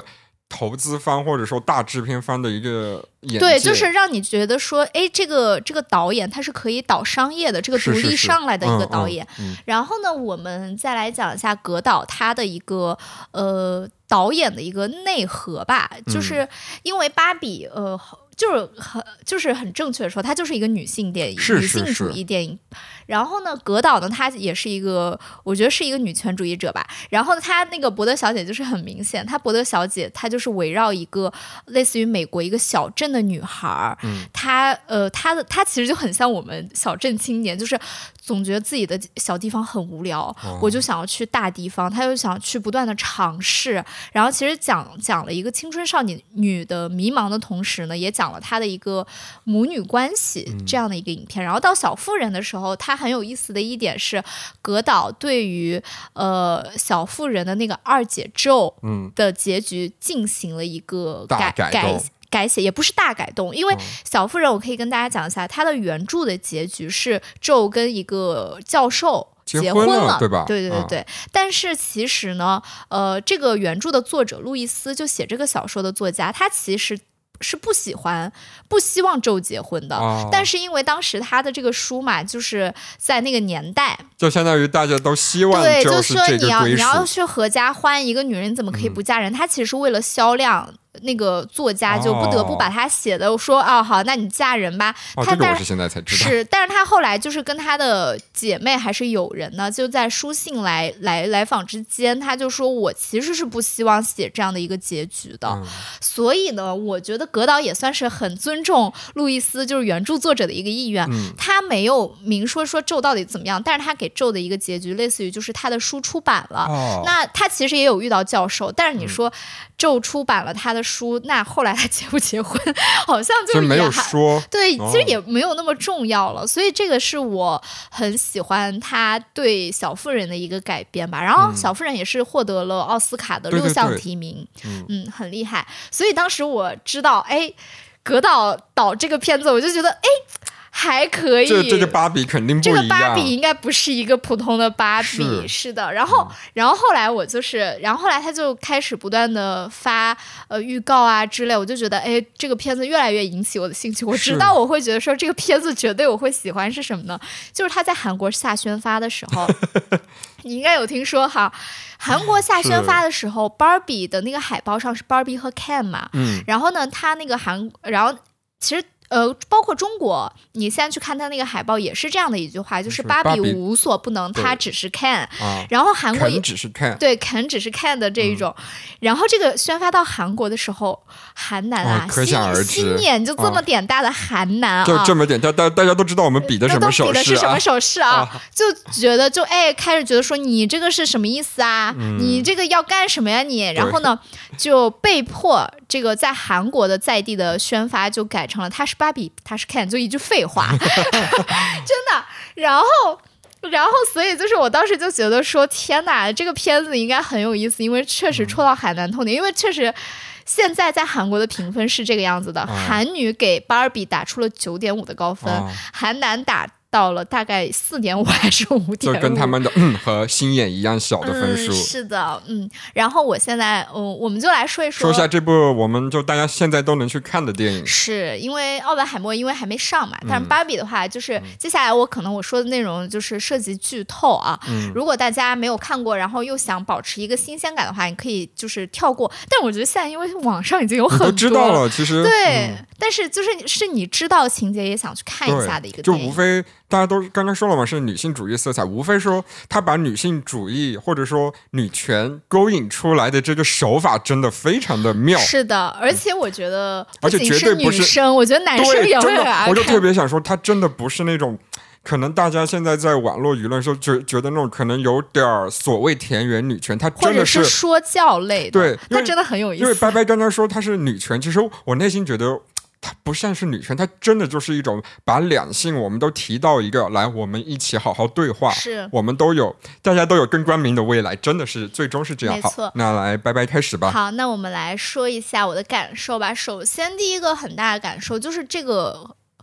投资方或者说大制片方的一个眼界， 对，就是让你觉得说，哎，这个这个导演他是可以导商业的，这个独立上来的一个导演。 是是是嗯嗯、 然后呢，我们再来讲一下葛导他的一个呃导演的一个内核吧，就是因为芭比呃。就是很就是很正确的说，它就是一个女性电影， 是女性主义电影。然后呢，葛导呢，她也是一个，我觉得是一个女权主义者吧。然后她那个伯德小姐就是很明显，她伯德小姐她就是围绕一个类似于美国一个小镇的女孩， 嗯， 她呃她的她其实就很像我们小镇青年，就是总觉得自己的小地方很无聊，哦、我就想要去大地方，她就想去不断的尝试。然后其实讲讲了一个青春少女女的迷茫的同时呢，也讲了她的一个母女关系这样的一个影片。嗯、然后到小妇人的时候，她很有意思的一点是，葛导对于呃小妇人的那个二姐咒的结局进行了一个改改改改写，也不是大改动，因为小妇人我可以跟大家讲一下，她的原著的结局是咒跟一个教授结婚了， 对吧？ 对对对对。啊、但是其实呢，呃，这个原著的作者路易斯，就写这个小说的作家，他其实是不喜欢、不希望咒结婚的。 哦、 但是因为当时他的这个书嘛，就是在那个年代， 就相当于大家都希望对，就就是这个说你要归属你要去合家欢，一个女人你怎么可以不嫁人？他、嗯、其实是为了销量。那个作家就不得不把他写的说哦，好，那你嫁人吧。 哦， 他这个我是现在才知道。 是，但是他后来就是跟他的姐妹还是友人呢，就在书信来来来访之间，他就说我其实是不希望写这样的一个结局的。嗯、所以呢，我觉得葛导也算是很尊重路易斯，就是原著作者的一个意愿。 嗯、 他没有明说说咒到底怎么样，但是他给咒的一个结局，类似于就是他的书出版了。 哦、 那他其实也有遇到教授，但是你说咒出版了他的书，那后来他结不结婚，好像就也没有说。 对， 哦、 其实也没有那么重要了。所以这个是我很喜欢他对小妇人的一个改编吧。然后小妇人也是获得了奥斯卡的六项提名， 对对对嗯, 嗯，很厉害。所以当时我知道，哎，葛导导这个片子，我就觉得，哎。还可以， 这这个芭比肯定不一样。 这个芭比应该不是一个普通的芭比， 是, 是的。然后，嗯、然后后来我就是，然后后来他就开始不断的发呃预告啊之类，我就觉得，哎，这个片子越来越引起我的兴趣。我知道我会觉得说这个片子绝对我会喜欢是什么呢？就是他在韩国下宣发的时候，你应该有听说哈。韩国下宣发的时候，Barbie 的那个海报上是 Barbie 和 Ken 嘛， 嗯， 然后呢，他那个韩，然后其实。呃，包括中国，你现在去看他那个海报，也是这样的一句话，就是芭比无所不能，他只是 Ken。 啊、 然后韩国也只是 Ken， 对 Ken 只是 Ken 的这一种。嗯、然后这个宣发到韩国的时候，韩男啊， 啊可想而知， 心眼就这么点大的韩男啊， 就这么点大，大大家都知道我们比的什么手势、啊， 比的是什么手势啊？ 啊就觉得就哎，开始觉得说你这个是什么意思啊？ 嗯、 你这个要干什么呀你？然后呢，就被迫这个在韩国的在地的宣发就改成了他是芭比，他是 Ken。就一句废话真的。然后然后所以就是我当时就觉得说天哪，这个片子应该很有意思，因为确实戳到海南痛点。因为确实现在在韩国的评分是这个样子的，韩女给芭比打出了九点五的高分，韩男打到了大概四点五还是五点五， 就跟他们的嗯和星眼一样小的分数、 嗯、是的。嗯，然后我现在嗯，我们就来说一说说一下这部我们就大家现在都能去看的电影。 是因为奥本海默因为还没上嘛，但是芭比的话就是、嗯、接下来我可能我说的内容就是涉及剧透啊、 嗯、 如果大家没有看过然后又想保持一个新鲜感的话，你可以就是跳过。但我觉得现在因为网上已经有很多都知道了，其实对、 嗯、 但是就是是你知道情节也想去看一下的一个电影， 就无非大家都刚刚说了嘛，是女性主义色彩，无非说他把女性主义或者说女权勾引出来的这个手法真的非常的妙。 是的，而且我觉得不仅是女生，我觉得男生也会很爱看。 我就特别想说，他真的不是那种可能大家现在在网络舆论说觉觉得那种可能有点所谓田园女权，他真的是, 或者是说教类的， 对， 他真的很有意思。 因为白白刚刚说他是女权，其实我内心觉得它不像是女权，它真的就是一种把两性我们都提到一个来，我们一起好好对话， 是我们都有，大家都有更光明的未来，真的是最终是这样。 没错， 好，那来拜拜开始吧。 好，那我们来说一下我的感受吧。首先第一个很大的感受就是这个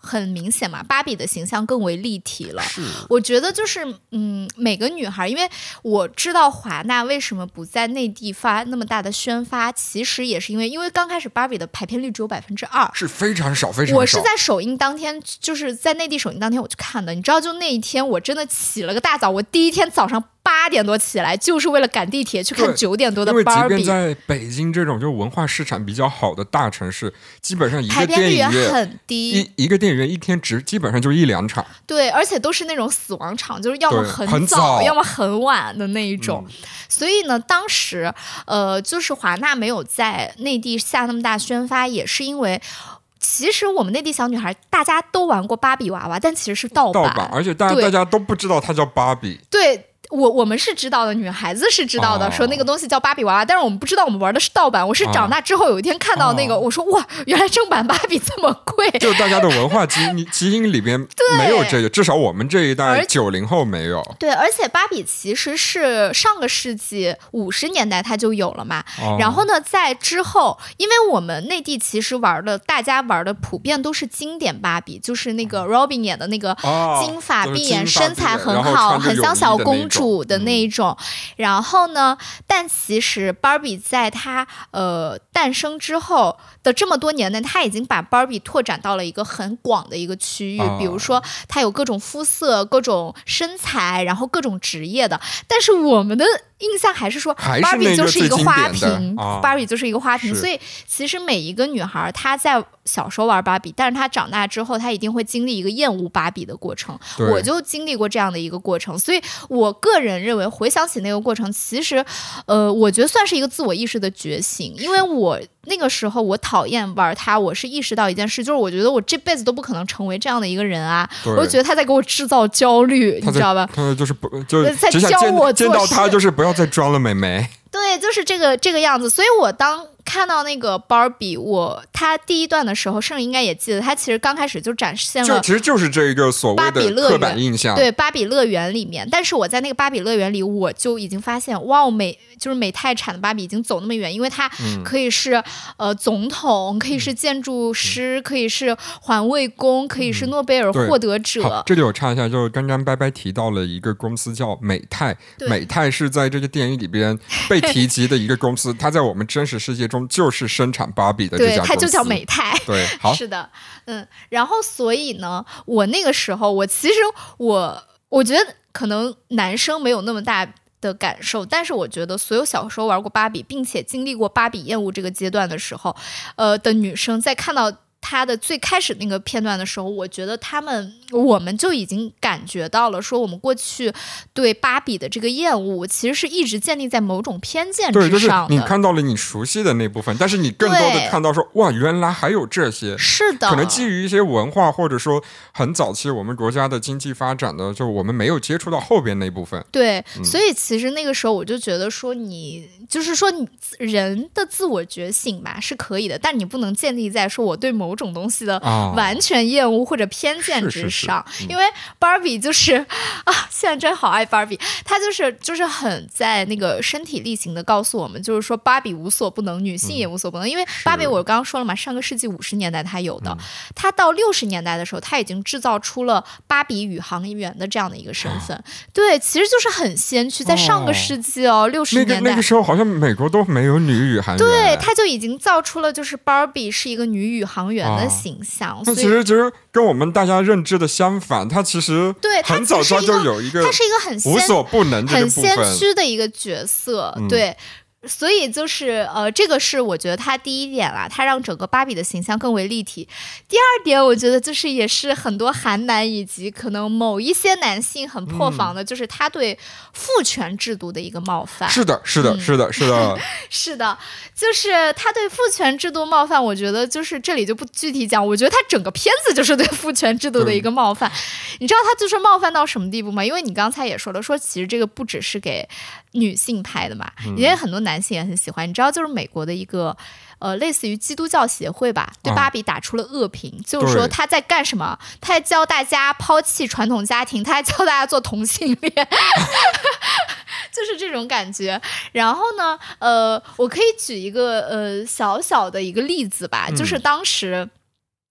很明显嘛，芭比的形象更为立体了。我觉得就是嗯，每个女孩，因为我知道华纳为什么不在内地发那么大的宣发，其实也是因为因为刚开始芭比的排片率只有百分之二， 是非常少非常少。 我是在首映当天，就是在内地首映当天我去看的，你知道，就那一天我真的起了个大早，我第一天早上八点多起来，就是为了赶地铁去看九点多的芭比。 因为即便在北京这种就文化市场比较好的大城市，基本上一个电影院排片率也很低， 一一个电影院一天只基本上就一两场。 对，而且都是那种死亡场，就是要么很 早, 很早要么很晚的那一种。 嗯、 所以呢，当时呃，就是华纳没有在内地下那么大宣发，也是因为。其实我们内地小女孩大家都玩过芭比娃娃，但其实是盗版， 盗版，而且大家大家都不知道它叫芭比。 对。我我们是知道的，女孩子是知道的、哦、说那个东西叫芭比娃娃，但是我们不知道我们玩的是盗版。我是长大之后有一天看到那个、哦、我说哇，原来正版芭比这么贵。 就大家的文化基因基因里边没有这个，至少我们这一代九零后没有。 对，而且芭比其实是上个世纪五十年代它就有了嘛、哦、然后呢在之后，因为我们内地其实玩的大家玩的普遍都是经典芭比，就是那个 Robin 演的那个金发碧眼、哦、身材很好很像小公主主的那一种、嗯、然后呢但其实 Barbie 在它呃诞生之后的这么多年呢，它已经把 Barbie 拓展到了一个很广的一个区域、哦、比如说它有各种肤色各种身材然后各种职业的，但是我们的印象还是说 Barbie 就是一个花瓶、哦、Barbie 就是一个花瓶，所以其实每一个女孩她在小时候玩芭比，但是她长大之后她一定会经历一个厌恶芭比的过程，我就经历过这样的一个过程，所以我个人认为回想起那个过程，其实呃，我觉得算是一个自我意识的觉醒，因为我那个时候我讨厌玩它，我是意识到一件事，就是我觉得我这辈子都不可能成为这样的一个人啊，我就觉得他在给我制造焦虑，你知道吧？ 他就是不就是在教我见到他就是不要再装了美眉， 对，就是这个这个样子。所以我当看到那个 Barbie， 我他第一段的时候，圣应该也记得，他其实刚开始就展现了， 就其实就是这个所谓的刻板印象， 对，芭比乐园里面。但是我在那个芭比乐园里，我就已经发现，哇，美就是美泰产的芭比已经走那么远，因为它可以是、嗯、呃总统，可以是建筑师，嗯、可以是环卫工，可以是诺贝尔获得者。 好，这里我插一下，就是刚刚白白提到了一个公司叫美泰，美泰是在这个电影里边被提及的一个公司，它在我们真实世界中就是生产芭比的这家公司， 对，它就叫美泰。 对，好， 是的，嗯，然后所以呢，我那个时候，我其实我我觉得可能男生没有那么大的感受，但是我觉得所有小时候玩过芭比，并且经历过芭比厌恶这个阶段的时候，呃的女生，在看到他的最开始那个片段的时候，我觉得他们我们就已经感觉到了，说我们过去对芭比的这个厌恶，其实是一直建立在某种偏见之上的。 对，就是你看到了你熟悉的那部分，但是你更多的看到说，哇，原来还有这些。 是的， 可能基于一些文化，或者说很早期我们国家的经济发展的，就我们没有接触到后边那部分。 对、 嗯， 所以其实那个时候我就觉得说你，你就是说你人的自我觉醒吧是可以的，但你不能建立在说我对某种东西的完全厌恶或者偏见之上， 是是是、嗯、 因为 Barbie 就是啊，现在真好爱 Barbie， 她就是就是很在那个身体力行的告诉我们，就是说芭比无所不能，女性也无所不能、嗯、因为芭比我刚刚说了嘛，上个世纪五十年代她有的，她、嗯、到六十年代的时候，她已经制造出了芭比宇航员的这样的一个身份、啊、对，其实就是很先驱，在上个世纪哦六十、哦、年代、 那个、那个时候好像美国都没有女宇航员， 对，她就已经造出了就是芭比是一个女宇航员的形象， 那、啊、其实其实跟我们大家认知的相反，她其实对很早就有一个， 她是一个很无所不能这个部分， 很先驱的一个角色，嗯、对。所以就是呃，这个是我觉得它第一点啦，它让整个芭比的形象更为立体。第二点，我觉得就是也是很多韩男以及可能某一些男性很破防的，嗯、就是他对父权制度的一个冒犯。 是的，是的，嗯、是的，是的， 是的，就是他对父权制度冒犯。我觉得就是这里就不具体讲，我觉得他整个片子就是对父权制度的一个冒犯。你知道他就是冒犯到什么地步吗？因为你刚才也说了，说其实这个不只是给女性拍的嘛，因为很多男性也很喜欢。你知道，就是美国的一个呃，类似于基督教协会吧，对芭比打出了恶评，啊、就是说他在干什么？他在教大家抛弃传统家庭，他在教大家做同性恋。就是这种感觉。然后呢，呃，我可以举一个呃小小的一个例子吧，嗯、就是当时。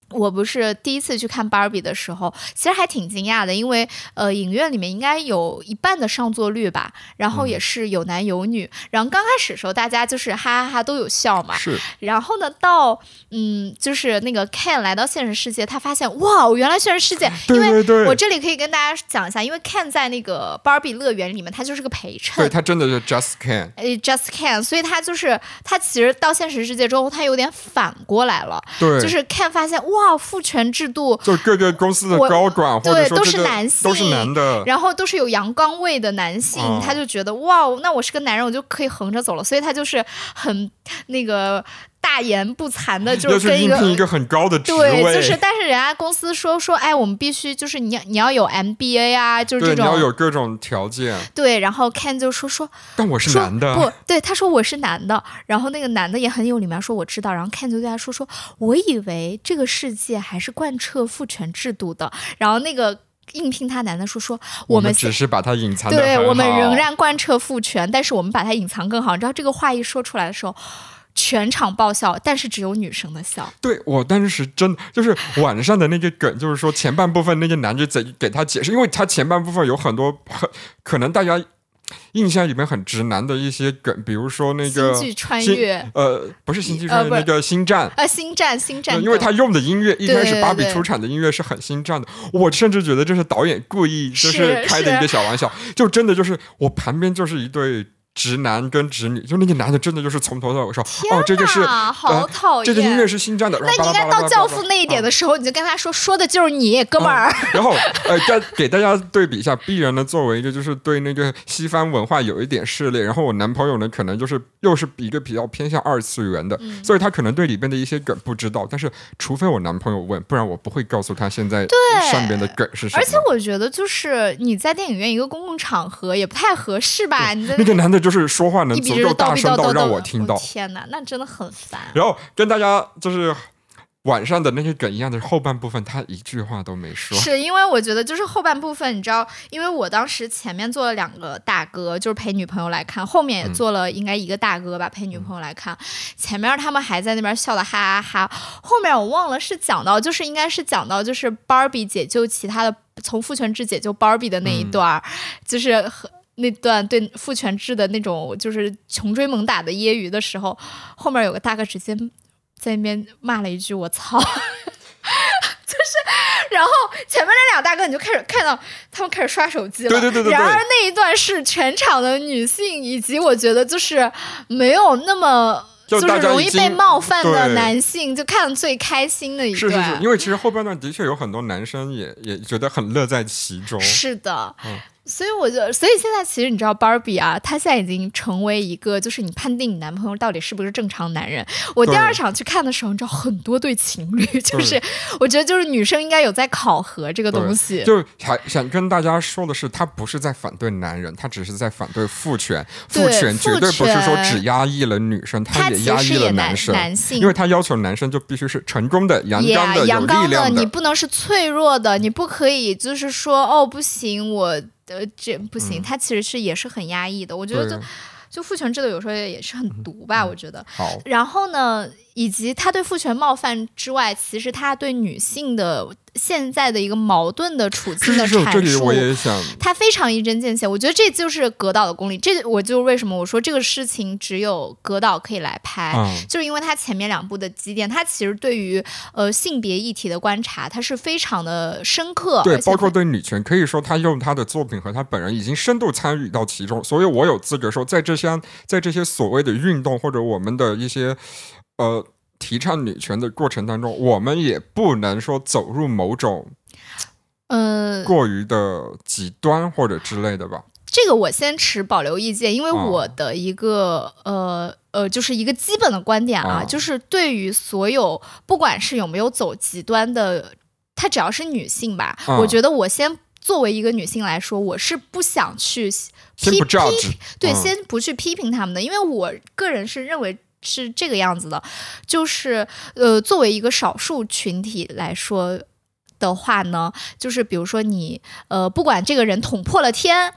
我不是第一次去看 Barbie 的时候，其实还挺惊讶的，因为呃，影院里面应该有一半的上座率吧，然后也是有男有女，嗯、然后刚开始的时候大家就是哈哈哈都有笑嘛， 是。 然后呢，到嗯，就是那个 Ken 来到现实世界，他发现哇，原来现实世界， 对对对， 因为我这里可以跟大家讲一下，因为 Ken 在那个 Barbie 乐园里面，他就是个陪衬， 对他真的是 just Ken， 呃 just Ken， 所以他就是他其实到现实世界之后，他有点反过来了， 对， 就是 Ken 发现哇，父权制度， 就各个公司的高管或者说、这个、 对都是男性， 都是男的， 然后都是有阳刚味的男性、嗯，他就觉得哇，那我是个男人，我就可以横着走了，所以他就是很那个。大言不惭的，就是跟一个要去应聘一个很高的职位， 对，就是但是人家公司说说，哎，我们必须就是你你要有 M B A 啊，就是这种， 对，你要有各种条件。 对，然后 Ken 就说说， 但我是男的， 不对，他说我是男的，然后那个男的也很有礼貌，说我知道，然后 Ken 就对他说说，我以为这个世界还是贯彻父权制度的，然后那个。应聘他男的说说我们只是把它隐藏得很好， 对，我们仍然贯彻父权，但是我们把它隐藏更好。你知道这个话一说出来的时候，全场爆笑，但是只有女生的笑。 对，我当时真的就是晚上的那个梗，就是说前半部分那个男的在给他解释，因为他前半部分有很多很可能大家印象里面很直男的一些梗，比如说那个星际穿越， 呃，不是星际穿越，呃、那个星战， 呃，星战，星战、呃， 因为他用的音乐一开始芭比出产的音乐是很星战的，对对对，我甚至觉得这是导演故意就是开的一个小玩笑，就真的就是我旁边就是一对。直男跟直女，就那个男的真的就是从头到尾说，哦，这就是好讨厌、呃， 这个音乐是星战的。 那你应该到教父那一点的时候，你就跟他说，说的就是你哥们儿。 然后，呃，给给大家对比一下，鄙人呢作为一个就是对那个西方文化有一点涉猎，然后我男朋友呢可能就是又是一个比较偏向二次元的，嗯、所以他可能对里边的一些梗不知道。但是除非我男朋友问，不然我不会告诉他现在上边的梗是什么。 而且我觉得就是你在电影院一个公共场合也不太合适吧？你在那个男的就是说话能。足够大声到让我听到， 哦、天哪，那真的很烦。 然后跟大家就是晚上的那些梗一样的后半部分，他一句话都没说。 是因为我觉得就是后半部分，你知道，因为我当时前面坐了两个大哥，就是陪女朋友来看，后面也坐了应该一个大哥吧，陪女朋友来看。前面他们还在那边笑的哈哈哈，后面我忘了是讲到，就是应该是讲到就是 Barbie 解救其他的，从父权制解救 Barbie 的那一段，嗯、就是很。那段对父权制的那种就是穷追猛打的揶揄的时候，后面有个大哥直接在那边骂了一句我操就是然后前面那俩大哥你就开始看到他们开始刷手机了， 对对对对对， 然而那一段是全场的女性以及我觉得就是没有那么就是容易被冒犯的男性就看最开心的一段。 是是是，因为其实后半段的确有很多男生也也觉得很乐在其中。 是的， 嗯， 所以我觉得，所以现在其实你知道 Barbie 啊，她现在已经成为一个，就是你判定你男朋友到底是不是正常男人。我第二场去看的时候，你知道很多对情侣，就是我觉得就是女生应该有在考核这个东西。 就还想跟大家说的是，他不是在反对男人，他只是在反对父权。父权绝对不是说只压抑了女生，他也压抑了男生。 男性， 因为他要求男生就必须是成功的、阳刚的、 有力量的， 你不能是脆弱的，你不可以就是说哦不行我。呃，这不行，他其实是也是很压抑的。我觉得就就父权制度有时候也是很毒吧， 嗯、 我觉得。 好。 然后呢，以及他对父权冒犯之外，其实他对女性的现在的一个矛盾的处境的阐述， 是是这里我也想， 他非常一针见血。我觉得这就是葛导的功力。这我就为什么我说这个事情只有葛导可以来拍， 嗯、 就是因为他前面两部的积淀，他其实对于呃性别议题的观察，他是非常的深刻。 对，包括对女权，可以说他用他的作品和他本人已经深度参与到其中，所以我有资格说，在这些在这些所谓的运动或者我们的一些呃。提倡女权的过程当中，我们也不能说走入某种呃过于的极端或者之类的吧。 这个我先持保留意见，因为我的一个、哦、呃呃，就是一个基本的观点啊，哦、就是对于所有不管是有没有走极端的，她只要是女性吧，哦、我觉得我先作为一个女性来说，我是不想去批批对、 嗯， 先不去批评他们的，因为我个人是认为。是这个样子的，就是呃，作为一个少数群体来说的话呢，就是比如说你呃，不管这个人捅破了天，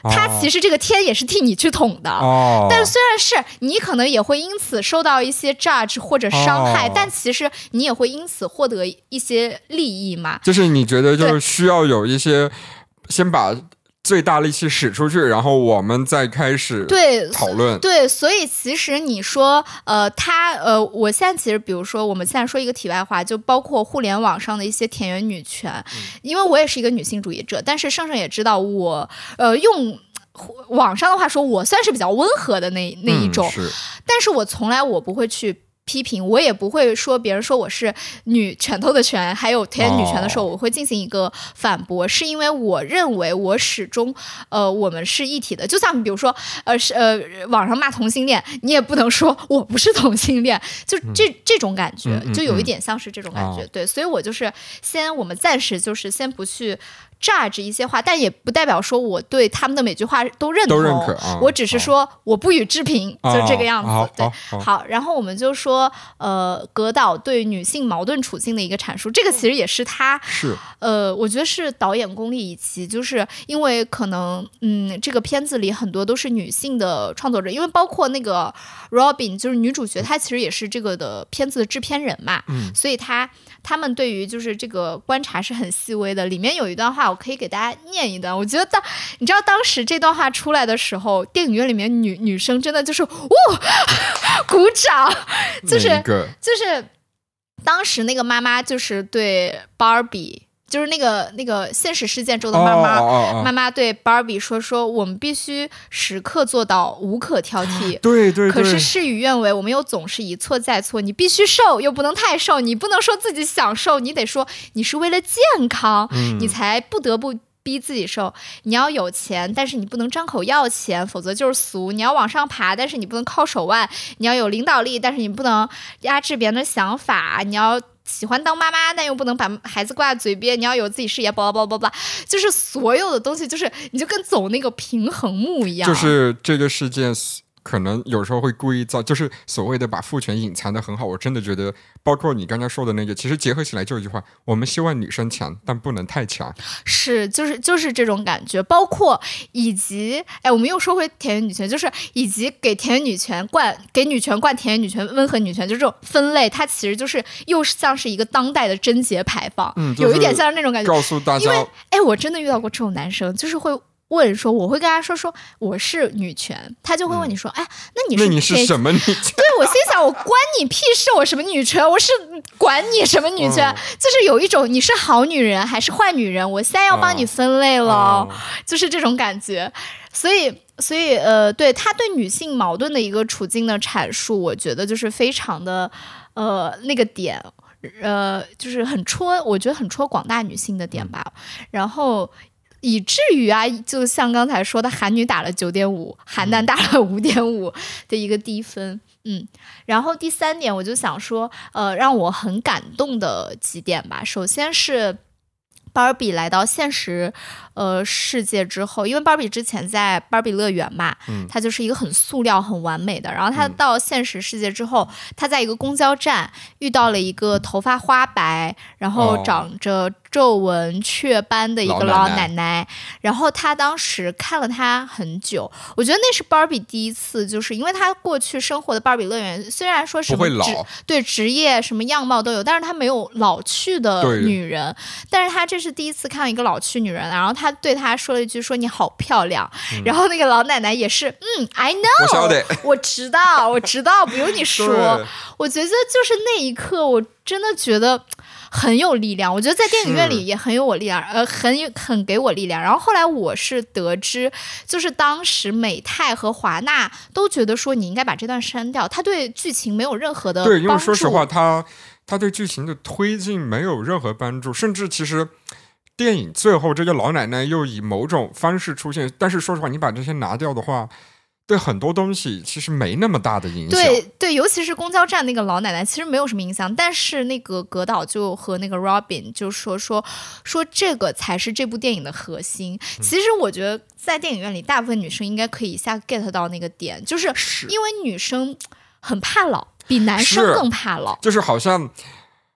他其实这个天也是替你去捅的。 哦， 但是虽然是你可能也会因此受到一些 judge 或者伤害， 哦， 但其实你也会因此获得一些利益嘛。 就是你觉得就需要有一些先把最大力气使出去，然后我们再开始对讨论。 对，所以其实你说，呃，他呃，我现在其实比如说，我们现在说一个题外话，就包括互联网上的一些田园女权，嗯、因为我也是一个女性主义者，但是盛盛也知道我，呃，用网上的话说，我算是比较温和的那那一种， 嗯、是但是我从来我不会去批评，我也不会说别人说我是女拳头的拳，还有田园女权的时候，我会进行一个反驳，哦、是因为我认为我始终，呃，我们是一体的。就像比如说，呃，是呃，网上骂同性恋，你也不能说我不是同性恋，就这、嗯、这种感觉，就有一点像是这种感觉。嗯嗯嗯、对，所以我就是先，我们暂时就是先不去judge一些话，但也不代表说我对他们的每句话都认同， 都认可啊、 我只是说我不予置评， 啊、 就这个样子。 啊、 对， 好， 好，然后我们就说，呃，葛导对女性矛盾处境的一个阐述，这个其实也是他， 是， 呃，我觉得是导演功力以及就是因为可能，嗯，这个片子里很多都是女性的创作者，因为包括那个 Robin 就是女主角，她其实也是这个的片子的制片人嘛， 嗯， 所以她他们对于就是这个观察是很细微的。里面有一段话，我可以给大家念一段。我觉得当你知道当时这段话出来的时候，电影院里面女女生真的就是哇鼓掌，就是就是当时那个妈妈就是对 Barbie。就是那个那个现实事件中的妈妈，哦哦哦、妈妈对 Barbie 说说，我们必须时刻做到无可挑剔。 对对对。 可是事与愿违，我们又总是一错再错。你必须瘦，又不能太瘦。你不能说自己想瘦，你得说你是为了健康，嗯、你才不得不逼自己瘦。你要有钱，但是你不能张口要钱，否则就是俗。你要往上爬，但是你不能靠手腕。你要有领导力，但是你不能压制别人的想法。你要喜欢当妈妈，但又不能把孩子挂在嘴边，你要有自己事业，叭叭叭叭叭，就是所有的东西，就是你就跟走那个平衡木一样。 就是这个世界可能有时候会故意造，就是所谓的把父权隐藏得很好。我真的觉得，包括你刚刚说的那个，其实结合起来就一句话：我们希望女生强，但不能太强。 是，就是就是这种感觉。包括以及，哎，我们又说回田园女权，就是以及给田园女权冠，给女权冠田园女权、温和女权，就这种分类，它其实就是又像是一个当代的贞洁排放， 嗯， 有一点像是那种感觉。 告诉大家， 因为哎，我真的遇到过这种男生，就是会问说，我会跟他说说我是女权，他就会问你说，嗯、哎，那你是那你是什么女权？ 对，我心想，我关你屁事，我什么女权？我是管你什么女权？嗯、就是有一种你是好女人还是坏女人，我现在要帮你分类了，嗯、就是这种感觉。所以，所以呃，对他对女性矛盾的一个处境的阐述，我觉得就是非常的呃那个点。呃，就是很戳，我觉得很戳广大女性的点吧。嗯、然后以至于啊，就像刚才说的，韩女打了九点五，韩男打了五点五的一个低分。嗯，然后第三点，我就想说，呃，让我很感动的几点吧。首先是芭比来到现实呃世界之后，因为芭比之前在芭比乐园嘛，嗯，它就是一个很塑料很完美的，然后它到现实世界之后，它在一个公交站遇到了一个头发花白，然后长着皱纹雀斑的一个老奶奶， 奶奶然后他当时看了她很久，我觉得那是芭比第一次，就是因为她过去生活的芭比乐园虽然说什么职不会老， 对职业什么样貌都有，但是她没有老去的女人，但是她这是第一次看到一个老去女人，然后她对她说了一句说你好漂亮，嗯、然后那个老奶奶也是嗯 I know 我, 我知道我知道不用你说，我觉得就是那一刻我真的觉得很有力量，我觉得在电影院里也很有我力量，呃，很很给我力量。然后后来我是得知，就是当时美泰和华纳都觉得说你应该把这段删掉，他对剧情没有任何的帮助。 对，因为说实话，他他对剧情的推进没有任何帮助，甚至其实电影最后这个老奶奶又以某种方式出现，但是说实话，你把这些拿掉的话，对很多东西其实没那么大的影响。 对对，尤其是公交站那个老奶奶，其实没有什么影响。但是那个葛导就和那个 Robin 就说说说这个才是这部电影的核心。嗯、其实我觉得在电影院里，大部分女生应该可以一下 get 到那个点，就是因为女生很怕老，比男生更怕老。 就是好像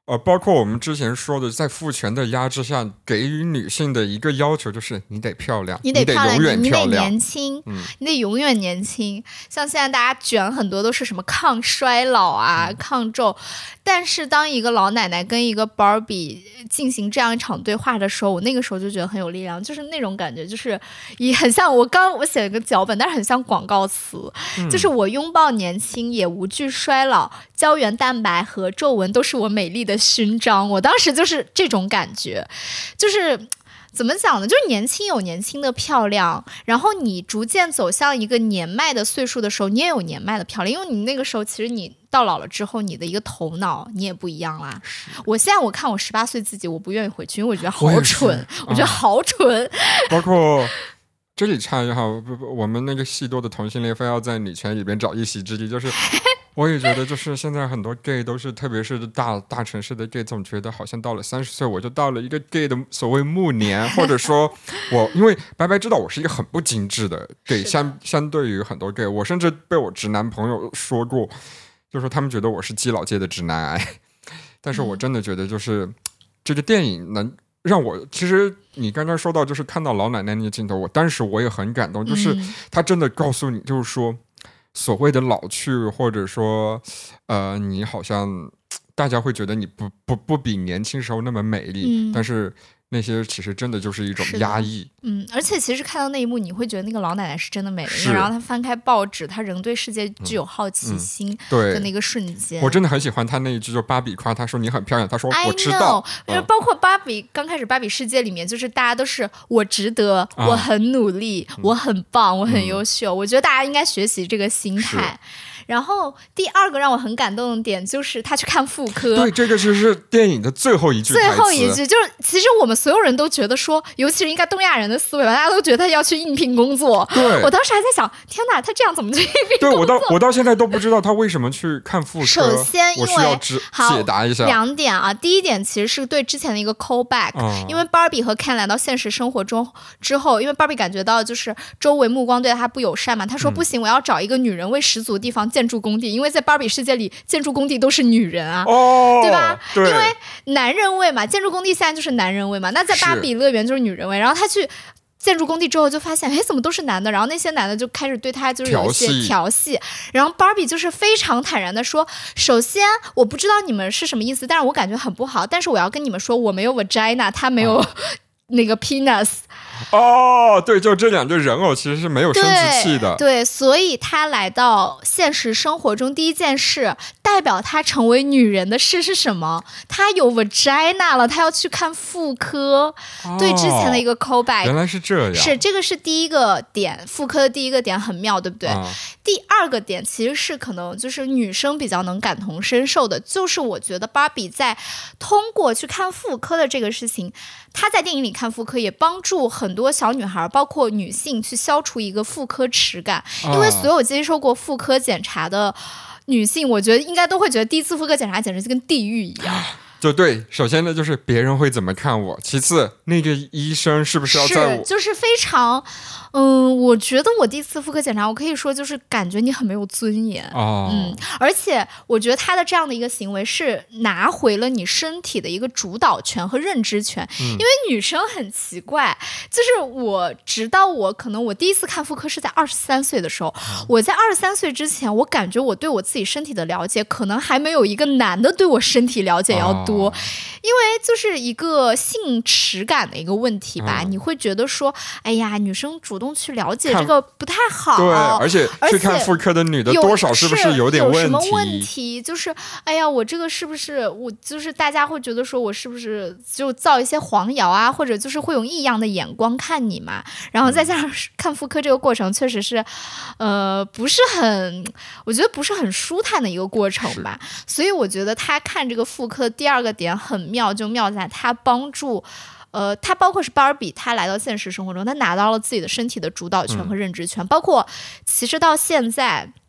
呃，包括我们之前说的，在父权的压制下，给予女性的一个要求就是你得漂亮， 你得漂亮， 你得永远漂亮， 你得年轻、嗯，你得永远年轻。像现在大家卷很多都是什么抗衰老啊、嗯、抗皱，但是当一个老奶奶跟一个 Barbie 进行这样一场对话的时候，我那个时候就觉得很有力量，就是那种感觉，就是也很像我刚我写了个脚本，但是很像广告词、嗯，就是我拥抱年轻，也无惧衰老，胶原蛋白和皱纹都是我美丽的勋章。我当时就是这种感觉，就是怎么讲呢，就是年轻有年轻的漂亮，然后你逐渐走向一个年迈的岁数的时候，你也有年迈的漂亮，因为你那个时候其实你到老了之后，你的一个头脑你也不一样啦。我现在我看我十八岁自己，我不愿意回去，因为我觉得好蠢， 我, 我觉得好蠢、啊、 包括这里插一下，我们那个戏多的同性恋非要在女权里边找一席之地，就是我也觉得就是现在很多 gay 都是，特别是大大城市的 gay 总觉得好像到了三十岁我就到了一个 gay 的所谓暮年，或者说我因为白白知道我是一个很不精致的 gay， 相相对于很多 gay， 我甚至被我直男朋友说过，就是说他们觉得我是基佬界的直男癌，但是我真的觉得就是、嗯、这个电影能让我，其实你刚刚说到就是看到老奶奶那个镜头，我当时我也很感动，就是他真的告诉你，就是说所谓的老去，或者说呃你好像大家会觉得你不不不比年轻时候那么美丽、嗯、但是那些其实真的就是一种压抑。 嗯，而且其实看到那一幕你会觉得那个老奶奶是真的美丽，然后她翻开报纸，她仍对世界具有好奇心的那个瞬间、 嗯嗯、我真的很喜欢她那一句，就芭比夸她说你很漂亮，她说我知道， 因为包括芭比刚开始芭比世界里面就是大家都是我值得、嗯、我很努力、嗯、我很棒，我很优秀、嗯、我觉得大家应该学习这个心态。然后第二个让我很感动的点就是他去看妇科， 对，这个就是电影的最后一句台词， 最后一句就是其实我们所有人都觉得说，尤其是应该东亚人的思维吧，大家都觉得他要去应聘工作。 对， 我当时还在想，天哪，他这样怎么去应聘工作？ 对，我到我到现在都不知道他为什么去看妇科。 首先因为我需要解答一下两点啊，第一点其实是对之前的一个 callback、嗯、因为 Barbie 和 Ken 来到现实生活中之后，因为 Barbie 感觉到就是周围目光对他不友善嘛，他说、嗯、不行，我要找一个女人为十足的地方建筑工地，因为在芭比世界里建筑工地都是女人啊、 哦、 对吧？ 对， 因为男人味嘛，建筑工地现在就是男人味嘛，那在芭比乐园就是女人味。然后他去建筑工地之后就发现，哎，怎么都是男的？然后那些男的就开始对他就是有一些调戏，然后芭比就是非常坦然的说，首先我不知道你们是什么意思，但是我感觉很不好，但是我要跟你们说，我没有 vagina， 他没有、啊、那个 penis。 哦，对，就这两个人偶其实是没有生殖器的。 对，对，所以他来到现实生活中第一件事，代表他成为女人的事是什么？他有 vagina 了，他要去看妇科、哦、对之前的一个 callback。 原来是这样。 是，这个是第一个点，妇科的第一个点很妙，对不对、哦、第二个点其实是可能就是女生比较能感同身受的，就是我觉得芭比在通过去看妇科的这个事情，她在电影里看妇科也帮助很多小女孩包括女性去消除一个妇科耻感、哦、因为所有接受过妇科检查的女性，我觉得应该都会觉得第一次妇科检查简直就跟地狱一样。 就对，首先呢就是别人会怎么看我，其次那个医生是不是要在我， 是就是非常嗯，我觉得我第一次妇科检查，我可以说就是感觉你很没有尊严、 哦、 嗯，而且我觉得他的这样的一个行为是拿回了你身体的一个主导权和认知权、嗯、因为女生很奇怪，就是我直到我可能我第一次看妇科是在二十三岁的时候、嗯、我在二十三岁之前，我感觉我对我自己身体的了解可能还没有一个男的对我身体了解要多、哦、因为就是一个性耻感的一个问题吧、嗯、你会觉得说哎呀，女生主动去了解这个不太好， 对，而且去看妇科的女的多少是不是有点问题， 有什么问题，就是哎呀，我这个是不是我就是大家会觉得说我是不是就造一些黄谣啊，或者就是会用异样的眼光看你嘛，然后再加上看妇科这个过程确实是呃不是很，我觉得不是很舒坦的一个过程吧，所以我觉得他看这个妇科第二个点很妙，就妙在他帮助呃，他包括是芭比，他来到现实生活中，他拿到了自己的身体的主导权和认知权、嗯、包括其实到现在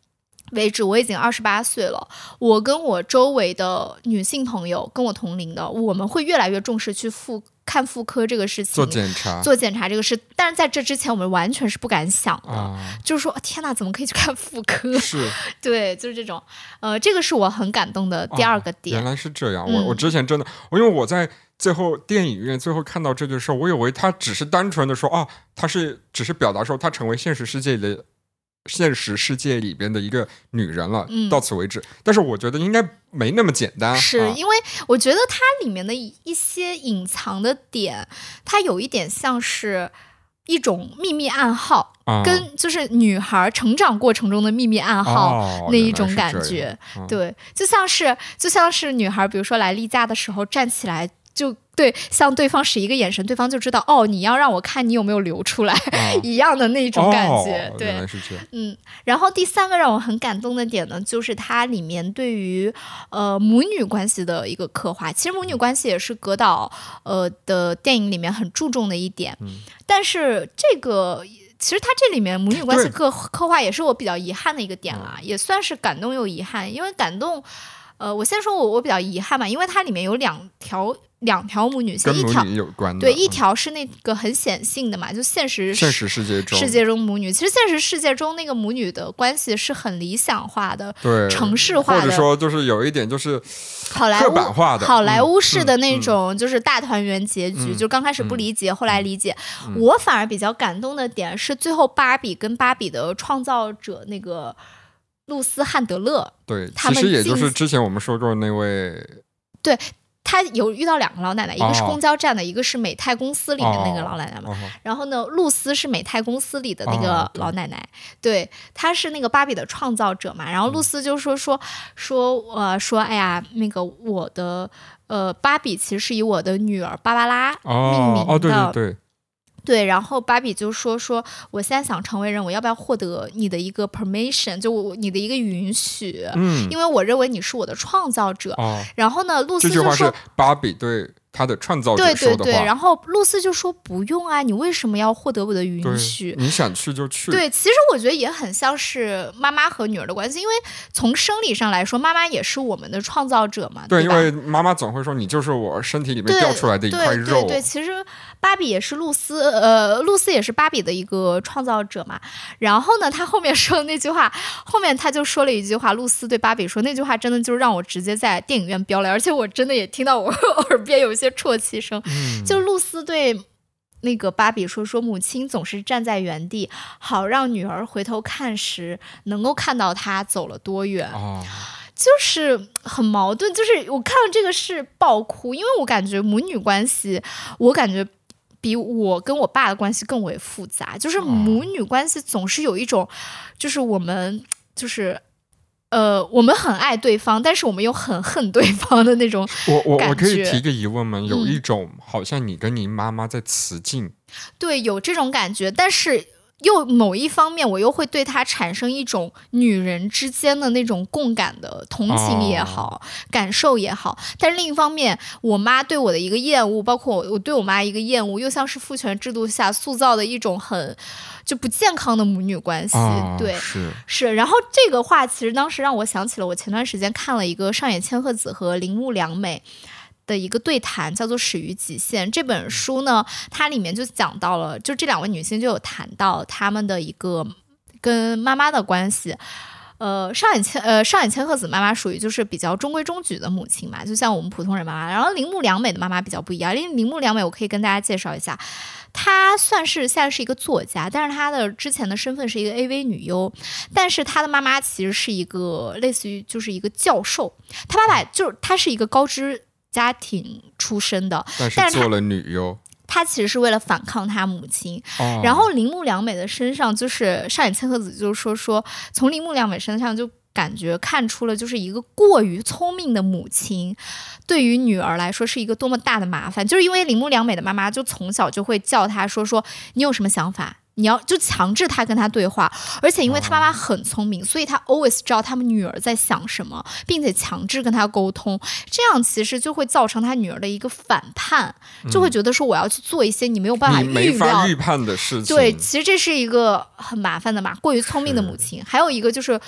为止，我已经二十八岁了。我跟我周围的女性朋友，跟我同龄的，我们会越来越重视去妇看妇科这个事情， 做检查， 做检查这个事。但是在这之前，我们完全是不敢想的， 啊、 就是说，天哪，怎么可以去看妇科？ 是， 对，就是这种。呃，这个是我很感动的第二个点。 啊、原来是这样， 嗯、 我我之前真的，因为我在最后电影院最后看到这个时候，我以为他只是单纯的说，啊，他是只是表达说他成为现实世界的。现实世界里边的一个女人了、嗯、到此为止，但是我觉得应该没那么简单， 是、 啊、 因为我觉得它里面的一些隐藏的点，它有一点像是一种秘密暗号、啊、跟就是女孩成长过程中的秘密暗号、哦、那一种感觉、嗯、对，就像是就像是女孩比如说来例假的时候站起来就对，向对方使一个眼神，对方就知道哦，你要让我看你有没有流出来、哦、一样的那种感觉。 哦、 对， 原来是这样。 嗯，然后第三个让我很感动的点呢，就是它里面对于呃母女关系的一个刻画。其实母女关系也是葛导呃的电影里面很注重的一点，嗯、但是这个。其实他这里面母女关系刻刻画也是我比较遗憾的一个点啦，也算是感动又遗憾。因为感动，呃，我先说我我比较遗憾嘛，因为它里面有两条两条母女线， 跟母女有关的， 对，一条是那个很显性的嘛，就现实现实世界中世界中母女，其实现实世界中那个母女的关系是很理想化的， 对， 城市化的， 或者说就是有一点就是好莱坞刻板化的好莱坞式的那种，就是大团圆结局， 嗯、 就刚开始不理解， 嗯、 后来理解、 嗯。 我反而比较感动的点是最后芭比跟芭比的创造者那个露丝汉德勒， 对，其实也就是之前我们说过那位， 对。他有遇到两个老奶奶，一个是公交站的，哦、一个是美泰公司里面那个老奶奶嘛。哦、然后呢，露丝是美泰公司里的那个老奶奶，哦、对, 对，她是那个芭比的创造者嘛。然后露丝就说说说呃说，哎呀，那个我的呃芭比其实是以我的女儿芭芭拉命名的。 哦，哦对对对。 对，然后芭比就说说，我现在想成为人，我要不要获得你的一个 permission， 就我你的一个允许？嗯，因为我认为你是我的创造者。哦、然后呢，露丝就说， 这句话是芭比对他的创造者说的话。 对对对，然后露丝就说不用啊，你为什么要获得我的允许？ 你想去就去。 对，其实我觉得也很像是妈妈和女儿的关系，因为从生理上来说，妈妈也是我们的创造者嘛。 对， 对因为妈妈总会说你就是我身体里面掉出来的一块肉。 对对 对, 对，其实芭比也是露丝，呃，露丝也是芭比的一个创造者嘛。然后呢，他后面说的那句话，后面他就说了一句话，露丝对芭比说那句话，真的就让我直接在电影院飙泪，而且我真的也听到我耳边有一些啜泣声。嗯、就露丝对那个芭比说说，母亲总是站在原地，好让女儿回头看时能够看到她走了多远。哦，就是很矛盾，就是我看到这个是爆哭，因为我感觉母女关系，我感觉比我跟我爸的关系更为复杂，就是母女关系总是有一种，就是我们就是呃，我们很爱对方，但是我们又很恨对方的那种我我我可以提个疑问吗？有一种、嗯、好像你跟你妈妈在雌竞， 对，有这种感觉，但是又某一方面我又会对她产生一种女人之间的那种共感的同情也好、哦、感受也好，但是另一方面我妈对我的一个厌恶，包括我我对我妈一个厌恶，又像是父权制度下塑造的一种很就不健康的母女关系、哦、对， 是是。然后这个话其实当时让我想起了我前段时间看了一个上野千鹤子和铃木良美的一个对谈，叫做《始于极限》。这本书呢，它里面就讲到了，就这两位女性就有谈到她们的一个跟妈妈的关系。呃，上野千呃上野千鹤子妈妈属于就是比较中规中矩的母亲嘛，就像我们普通人妈妈。然后铃木良美的妈妈比较不一样，因为铃木良美我可以跟大家介绍一下，她算是现在是一个作家，但是她的之前的身份是一个 A V 女优，但是她的妈妈其实是一个类似于就是一个教授，她爸爸就是她是一个高知家庭出身的， 但是做了女优。 他其实是为了反抗他母亲、哦、然后铃木良美的身上，就是上野千鹤子就说说从铃木良美身上就感觉看出了，就是一个过于聪明的母亲对于女儿来说是一个多么大的麻烦，就是因为铃木良美的妈妈就从小就会叫她说说你有什么想法，你要就强制他跟他对话，而且因为他妈妈很聪明、哦、所以他 always 知道他们女儿在想什么，并且强制跟他沟通，这样其实就会造成他女儿的一个反叛、嗯、就会觉得说我要去做一些你没有办法预料、 你没法预判的事情。 对，其实这是一个很麻烦的嘛，过于聪明的母亲、嗯、还有一个就是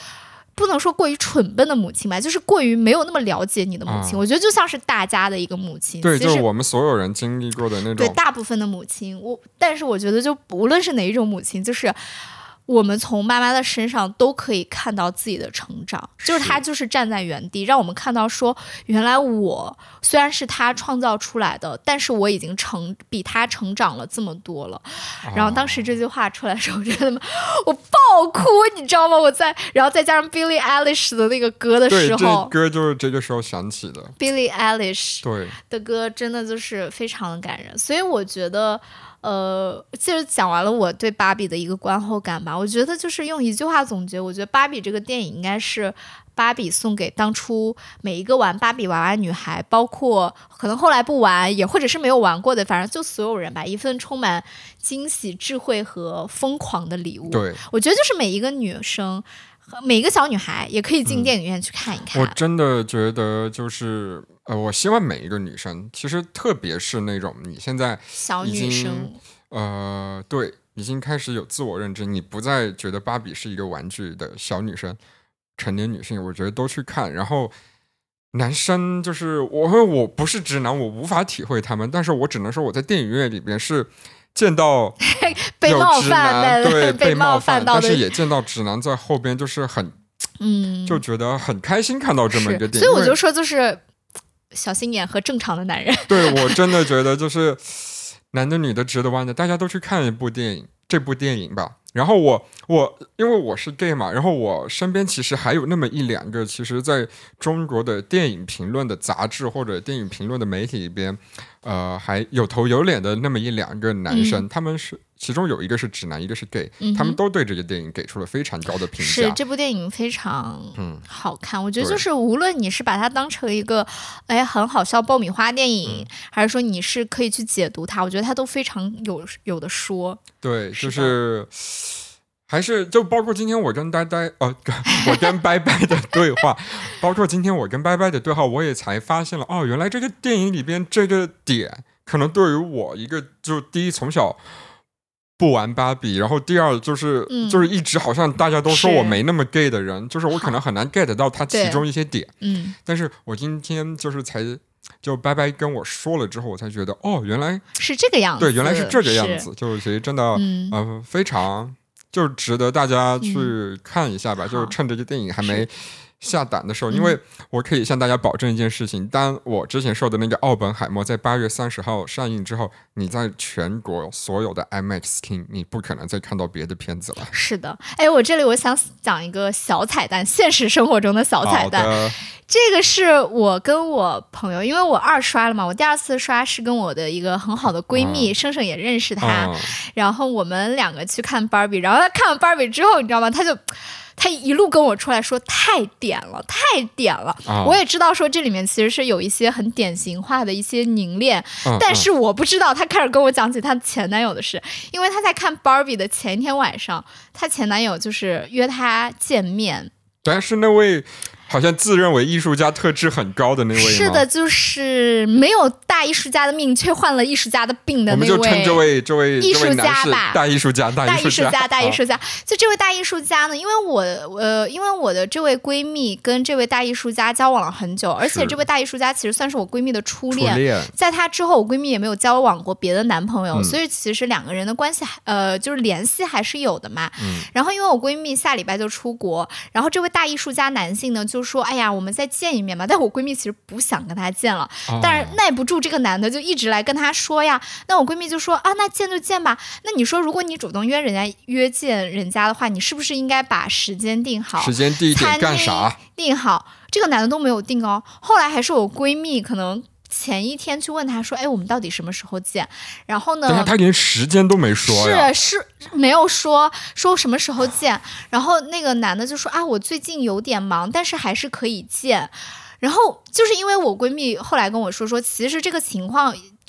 不能说过于蠢笨的母亲吧，就是过于没有那么了解你的母亲、啊、我觉得就像是大家的一个母亲， 对，就是我们所有人经历过的那种， 对大部分的母亲，我但是我觉得就无论是哪一种母亲，就是我们从妈妈的身上都可以看到自己的成长，就是她就是站在原地让我们看到说，原来我虽然是她创造出来的，但是我已经成比她成长了这么多了、哦、然后当时这句话出来的时候，我觉得我爆哭你知道吗，我在然后再加上 Billie Eilish 的那个歌的时候， 对，这歌就是这个时候响起的， Billie Eilish 对的歌真的就是非常的感人，所以我觉得呃，其实讲完了我对芭比的一个观后感吧，我觉得就是用一句话总结，我觉得芭比这个电影应该是芭比送给当初每一个玩芭比娃娃女孩，包括可能后来不玩也或者是没有玩过的，反正就所有人吧，一份充满惊喜、智慧和疯狂的礼物。 对， 我觉得就是每一个女生每一个小女孩也可以进电影院去看一看、 嗯、我真的觉得就是呃，我希望每一个女生，其实特别是那种你现在小女生， 呃，对，已经开始有自我认知，你不再觉得芭比是一个玩具的小女生，成年女性，我觉得都去看。然后男生就是我，我不是直男，我无法体会他们，但是我只能说我在电影院里边是见到被冒犯的， 对， 被冒犯到的， 但是也见到直男在后边，就是很，嗯，就觉得很开心看到这么一个电影。 所以我就说，就是小心眼和正常的男人。 对，我真的觉得就是男的女的直的弯的，大家都去看一部电影，这部电影吧。然后我我因为我是 gay 嘛，然后我身边其实还有那么一两个，其实在中国的电影评论的杂志或者电影评论的媒体里边，呃，还有头有脸的那么一两个男生，嗯、他们是其中有一个是直男，一个是 gay，、嗯、他们都对这个电影给出了非常高的评价。 是这部电影非常好看，嗯、我觉得就是无论你是把它当成一个哎很好笑爆米花电影，嗯、还是说你是可以去解读它，我觉得它都非常有有的说。 对，就是还是就包括今天我跟呆呆呃，我跟拜拜的对话，包括今天我跟拜拜的对话，我也才发现了哦，原来这个电影里边这个点，可能对于我一个就第一从小不玩芭比，然后第二就是、嗯、就是一直好像大家都说我没那么 gay 的人，就是我可能很难 get 到他其中一些点，嗯，但是我今天就是才就拜拜跟我说了之后，我才觉得哦，原来是这个样子， 对，原来是这个样子，就是其实真的、嗯、呃非常就值得大家去看一下吧，嗯、就是趁这个电影还没下档的时候，因为我可以向大家保证一件事情，当我之前说的那个奥本海默在八月三十号上映之后，你在全国所有的 IMAX 厅你不可能再看到别的片子了。是的，哎，我这里我想讲一个小彩蛋，现实生活中的小彩蛋。这个是我跟我朋友，因为我二刷了嘛，我第二次刷是跟我的一个很好的闺蜜，生生、嗯、也认识她、嗯，然后我们两个去看 Barbie， 然后她看完 Barbie 之后，你知道吗？她就他一路跟我出来说太点了太点了、哦、我也知道说这里面其实是有一些很典型化的一些凝练、嗯、但是我不知道他开始跟我讲起他前男友的事，因为他在看 Barbie 的前一天晚上，他前男友就是约他见面， 但是那位好像自认为艺术家特质很高的那位吗？ 是的，就是没有大艺术家的命却患了艺术家的病的那位， 我们就称这位这位艺术家吧， 大艺术家大艺术家大艺术家。就这位大艺术家呢，因为我呃，因为我的这位闺蜜跟这位大艺术家交往了很久，而且这位大艺术家其实算是我闺蜜的初恋， 初恋在她之后我闺蜜也没有交往过别的男朋友、嗯、所以其实两个人的关系呃就是联系还是有的嘛、嗯、然后因为我闺蜜下礼拜就出国，然后这位大艺术家男性呢就说哎呀我们再见一面吧，但我闺蜜其实不想跟他见了、哦、但是耐不住这个男的就一直来跟他说呀，那我闺蜜就说啊那见就见吧，那你说如果你主动约人家约见人家的话，你是不是应该把时间定好， 时间地点干啥定好，这个男的都没有定哦，后来还是我闺蜜可能前一天去问他说哎我们到底什么时候见，然后呢他连时间都没说呀， 是是没有说说什么时候见，然后那个男的就说啊我最近有点忙但是还是可以见，然后就是因为我闺蜜后来跟我说说其实这个情况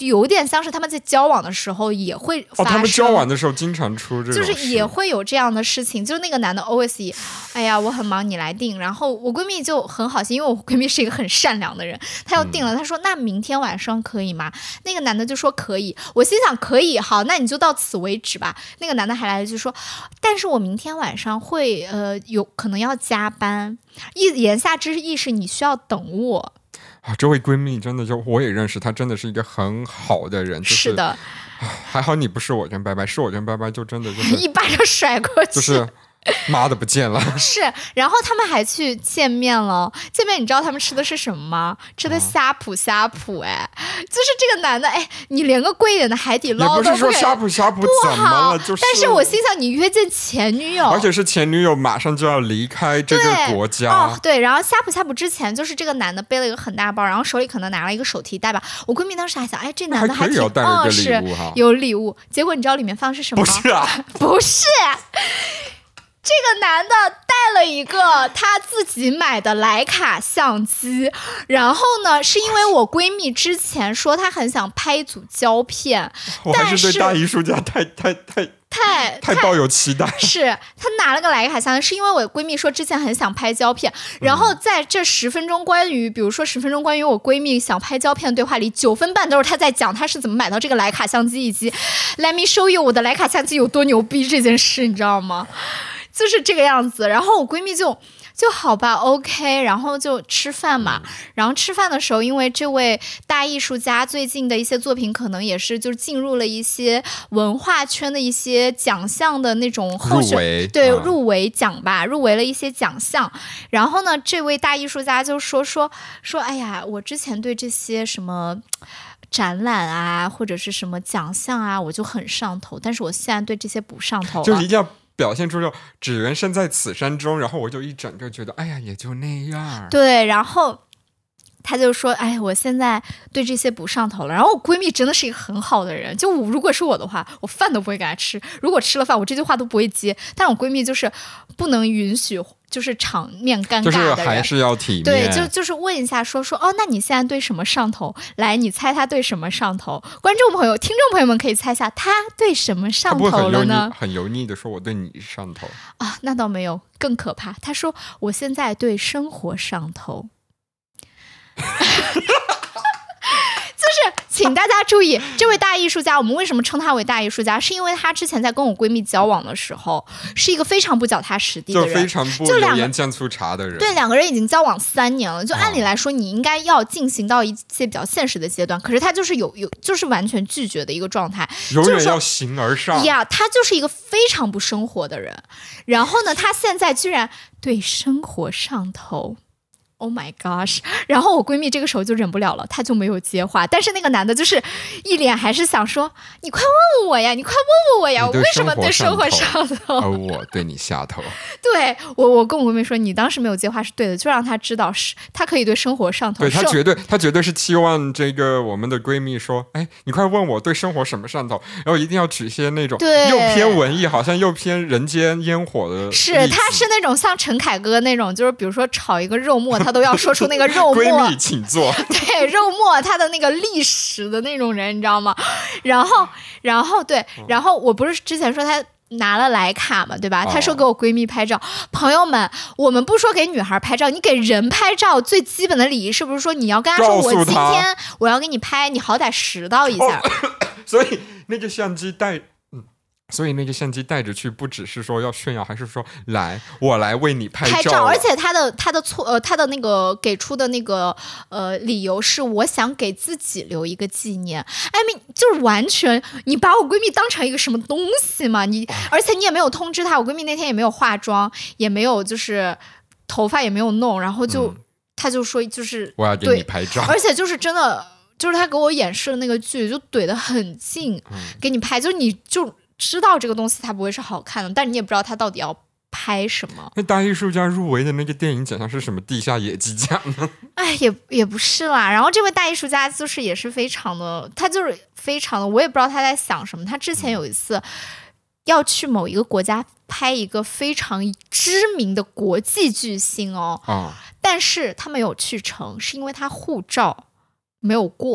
有点像是他们在交往的时候也会发生。 哦，他们交往的时候经常出这种事， 就是也会有这样的事情。就是那个男的 always 以哎呀我很忙你来订，然后我闺蜜就很好心，因为我闺蜜是一个很善良的人，她要订了，她说那明天晚上可以吗？那个男的就说可以，我心想可以，好，那你就到此为止吧。那个男的还来了句说，但是我明天晚上会呃有可能要加班，意言下之意是你需要等我。 啊，这位闺蜜真的就我也认识，她真的是一个很好的人。就是、 是的， 还好你不是我跟拜拜，是我跟拜拜就真的就是一巴掌甩过去， 就是妈的不见了。 是，然后他们还去见面了。见面你知道他们吃的是什么吗？吃的呷哺呷哺，哎，就是这个男的，哎，你连个贵一点的海底捞都不给， 也不是说呷哺呷哺怎么了，就是。 但是我心想，你约见前女友， 而且是前女友马上就要离开这个国家。 哦，对，然后呷哺呷哺之前，就是这个男的背了一个很大包，然后手里可能拿了一个手提袋吧。我闺蜜当时还想，哎，这男的还挺还可以带了一个礼物哈、 哦，是有礼物。结果你知道里面放的是什么吗？ 不是啊， 不是。这个男的带了一个他自己买的徕卡相机，然后呢，是因为我闺蜜之前说她很想拍一组胶片， 我还是对大艺术家太太太太太抱有期待。 是她拿了个徕卡相机，是因为我闺蜜说之前很想拍胶片，然后在这十分钟关于，比如说十分钟关于我闺蜜想拍胶片的对话里，九分半都是她在讲她是怎么买到这个徕卡相机，以及 Let me show you 我的徕卡相机有多牛逼这件事，你知道吗？就是这个样子。然后我闺蜜就就好吧 OK， 然后就吃饭嘛。然后吃饭的时候，因为这位大艺术家最近的一些作品可能也是就进入了一些文化圈的一些奖项的那种候选， 入围对、 啊、 入围奖吧，入围了一些奖项。然后呢，这位大艺术家就说说说哎呀，我之前对这些什么展览啊或者是什么奖项啊我就很上头，但是我现在对这些不上头了， 就一定要表现出这种只缘身在此山中，然后我就一整个觉得哎呀也就那样。 对，然后他就说哎，我现在对这些不上头了。然后我闺蜜真的是一个很好的人，就我如果是我的话，我饭都不会给她吃，如果吃了饭我这句话都不会接，但是我闺蜜就是不能允许就是场面尴尬的人， 就是还是要体面。 对，就就是问一下说说哦，那你现在对什么上头？来，你猜他对什么上头？观众朋友、听众朋友们可以猜一下，他对什么上头了呢？ 很油腻的说我对你上头啊，那倒没有，更可怕。他说我现在对生活上头。就是请大家注意，这位大艺术家，我们为什么称他为大艺术家？是因为他之前在跟我闺蜜交往的时候，是一个非常不脚踏实地的人， 就非常不油盐酱醋茶的人。 对，两个人已经交往三年了，就按理来说，你应该要进行到一些比较现实的阶段，可是他就是有有，就是完全拒绝的一个状态， 永远要形而上呀。他就是一个非常不生活的人。然后呢，他现在居然对生活上头。Oh my gosh！ 然后我闺蜜这个时候就忍不了了，她就没有接话。但是那个男的就是一脸还是想说：“你快问问我呀，你快问问我呀，我为什么对生活上头？ 而我对你下头。” 对我，我跟我闺蜜说，你当时没有接话是对的，就让她知道是她可以对生活上头。 对，她绝对，她绝对是期望这个我们的闺蜜说：“哎，你快问我对生活什么上头？”然后一定要举一些那种又偏文艺，好像又偏人间烟火的。 是，她是那种像陈凯歌那种，就是比如说炒一个肉末，她都要说出那个肉末。 闺蜜请坐。 对，肉末它的那个历史的那种人，你知道吗？然后，然后对，然后我不是之前说他拿了徕卡嘛，对吧？他说给我闺蜜拍照。哦、朋友们，我们不说给女孩拍照，你给人拍照最基本的礼仪是不是说你要跟她说我今天我要给你拍，你好歹拾到一下。 哦、所以那个相机带。所以那个相机带着去，不只是说要炫耀，还是说来我来为你拍照。 拍照，而且他的他的错呃他的那个给出的那个呃理由是，我想给自己留一个纪念。I mean， 就是完全你把我闺蜜当成一个什么东西嘛？你而且你也没有通知她，我闺蜜那天也没有化妆，也没有就是头发也没有弄，然后就、嗯、他就说就是我要给你拍照， 而且就是真的就是他给我演示的那个剧就怼得很近、嗯，给你拍，就你就。知道这个东西它不会是好看的，但你也不知道它到底要拍什么。 那大艺术家入围的那个电影奖项是什么地下野鸡奖呢？ 哎，也也不是啦。然后这位大艺术家就是也是非常的，他就是非常的，我也不知道他在想什么。他之前有一次要去某一个国家拍一个非常知名的国际巨星哦， 哦， 但是他没有去成，是因为他护照没有过。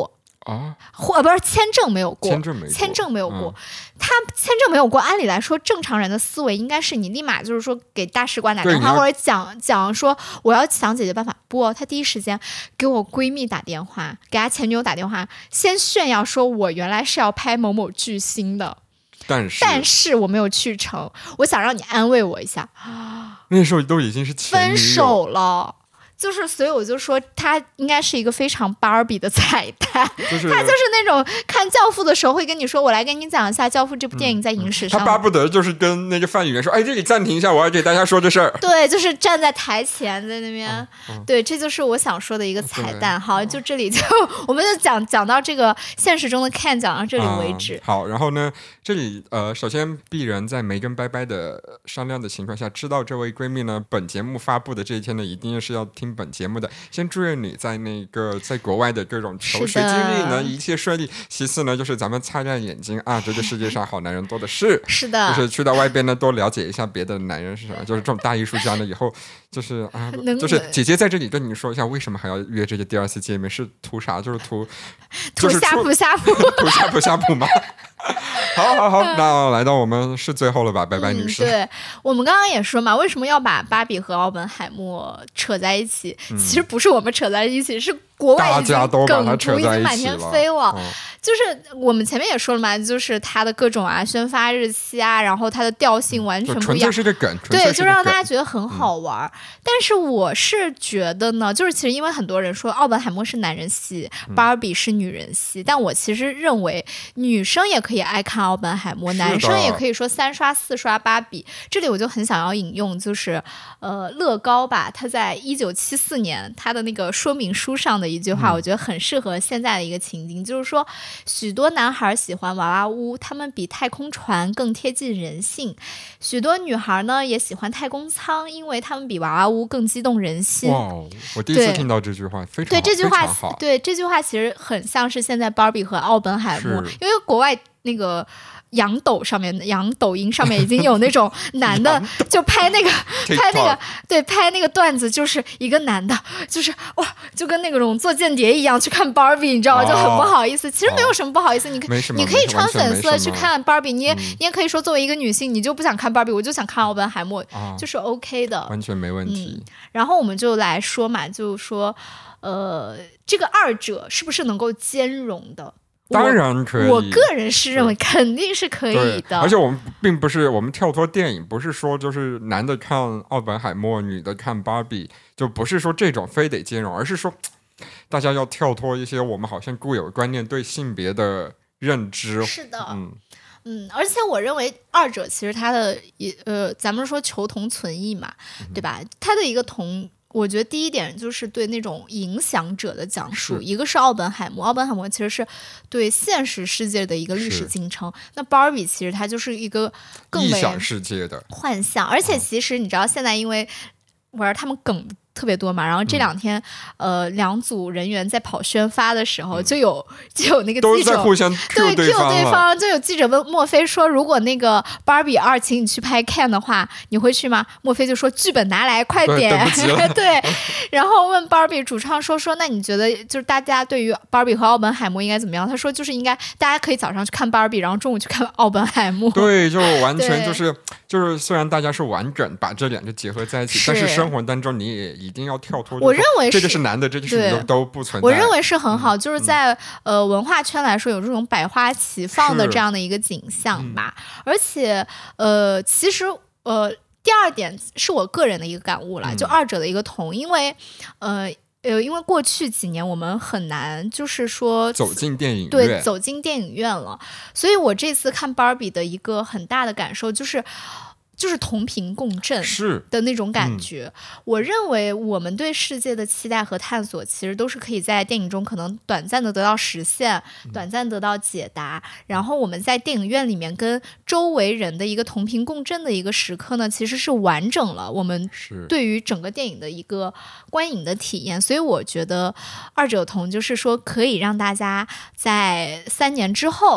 啊， 或不是签证没有过， 签证没过， 签证没有过、 嗯、 他签证没有过，按理来说正常人的思维应该是你立马就是说给大使馆打电话或者讲讲说我要想解决办法，不，他第一时间给我闺蜜打电话，给他前女友打电话，先炫耀说我原来是要拍某某巨星的， 但是但是我没有去成，我想让你安慰我一下。 那时候都已经是前女友分手了。就是所以我就说他应该是一个非常芭比的彩蛋、就是、他就是那种看教父的时候会跟你说我来跟你讲一下教父这部电影在影史上、 嗯嗯、他巴不得就是跟那个范宇员说哎这里暂停一下我要给大家说这事儿， 对，就是站在台前在那边、嗯嗯、对，这就是我想说的一个彩蛋。好，就这里就我们就讲讲到这个现实中的 Ken 讲到这里为止、 嗯、好，然后呢这里呃首先鄙人在没跟拜拜的商量的情况下知道这位闺蜜呢本节目发布的这一天呢一定是要听本节目的，先祝愿你在那个在国外的各种求学经历呢一切顺利，其次呢就是咱们擦亮眼睛啊，这个世界上好男人多的是， 是的， 就是去到外边呢多了解一下别的男人是什么，就是这种大艺术家呢以后就是啊，就是姐姐在这里跟你说一下为什么还要约这个第二次见面，是图啥？就是图图夏普夏普图夏普夏普吗？好好好，那来到我们是最后了吧，拜拜女士、 嗯、对，我们刚刚也说嘛，为什么要把芭比和奥本海默扯在一起、嗯、其实不是我们扯在一起，是国外已经梗图已经满天飞了、哦、就是我们前面也说了嘛，就是它的各种啊宣发日期啊，然后它的调性完全不一样， 纯粹是个梗， 对，就让大家觉得很好玩、嗯、但是我是觉得呢，就是其实因为很多人说奥本海默是男人戏、嗯、芭比是女人戏，但我其实认为女生也可以爱看奥本海默，男生也可以说三刷四刷芭比。这里我就很想要引用就是呃乐高吧，他在一九七四年他的那个说明书上的一句话、嗯、我觉得很适合现在的一个情境，就是说许多男孩喜欢娃娃屋，他们比太空船更贴近人性，许多女孩呢也喜欢太空舱，因为他们比娃娃屋更激动人心。 哇，我第一次听到这句话，非常对这句话好， 对这句话其实很像是现在芭比和奥本海默，因为国外那个洋抖上面洋抖音上面已经有那种男的就拍那个拍那个对拍那个段子，就是一个男的就是哇就跟那种做间谍一样去看 Barbie， 你知道吗、哦、就很不好意思，其实没有什么不好意思、哦、你可以你可以穿粉色去看 Barbie， 你也、嗯、你也可以说作为一个女性你就不想看 Barbie， 我就想看奥本海默、哦、就是 OK 的， 完全没问题、 嗯、然后我们就来说嘛，就说呃这个二者是不是能够兼容的， 当然可以， 我个人是认为肯定是可以的。 而且我们并不是我们跳脱电影，不是说就是男的看奥本海默，女的看芭比，就不是说这种非得兼容，而是说大家要跳脱一些我们好像固有观念对性别的认知。 是的，嗯嗯，而且我认为二者其实它的呃，咱们说求同存异嘛，对吧？它的一个同。我觉得第一点就是对那种影响者的讲述，一个是奥本海默，奥本海默其实是对现实世界的一个历史进程，那 Barbie 其实它就是一个更为异想世界的幻象，而且其实你知道现在因为玩他们梗特别多嘛，然后这两天、嗯、呃两组人员在跑宣发的时候、嗯、就有就有那个记者都在互相 Q 对 Q 对方，就有记者问墨菲说如果那个 Barbie 二请你去拍 Ken 的话你会去吗？墨菲就说剧本拿来快点， 对, 对然后问 Barbie 主创说说那你觉得就是大家对于 Barbie 和奥本海默应该怎么样？他说就是应该大家可以早上去看 Barbie 然后中午去看奥本海默。 对，就完全就是就是虽然大家是玩梗把这两个结合在一起，但是生活当中你也一定要跳脱， 我认为这个是男的这个是女的都不存在， 我认为是很好、嗯、就是在、嗯、呃文化圈来说有这种百花齐放的这样的一个景象吧、嗯、而且呃其实呃第二点是我个人的一个感悟啦、嗯、就二者的一个同，因为呃呃，因为过去几年我们很难就是说走进电影院， 对，走进电影院了，所以我这次看 Barbie 的一个很大的感受就是就是同频共振的那种感觉、嗯、我认为我们对世界的期待和探索其实都是可以在电影中可能短暂的得到实现、嗯、短暂得到解答，然后我们在电影院里面跟周围人的一个同频共振的一个时刻呢，其实是完整了我们对于整个电影的一个观影的体验，所以我觉得二者同就是说可以让大家在三年之后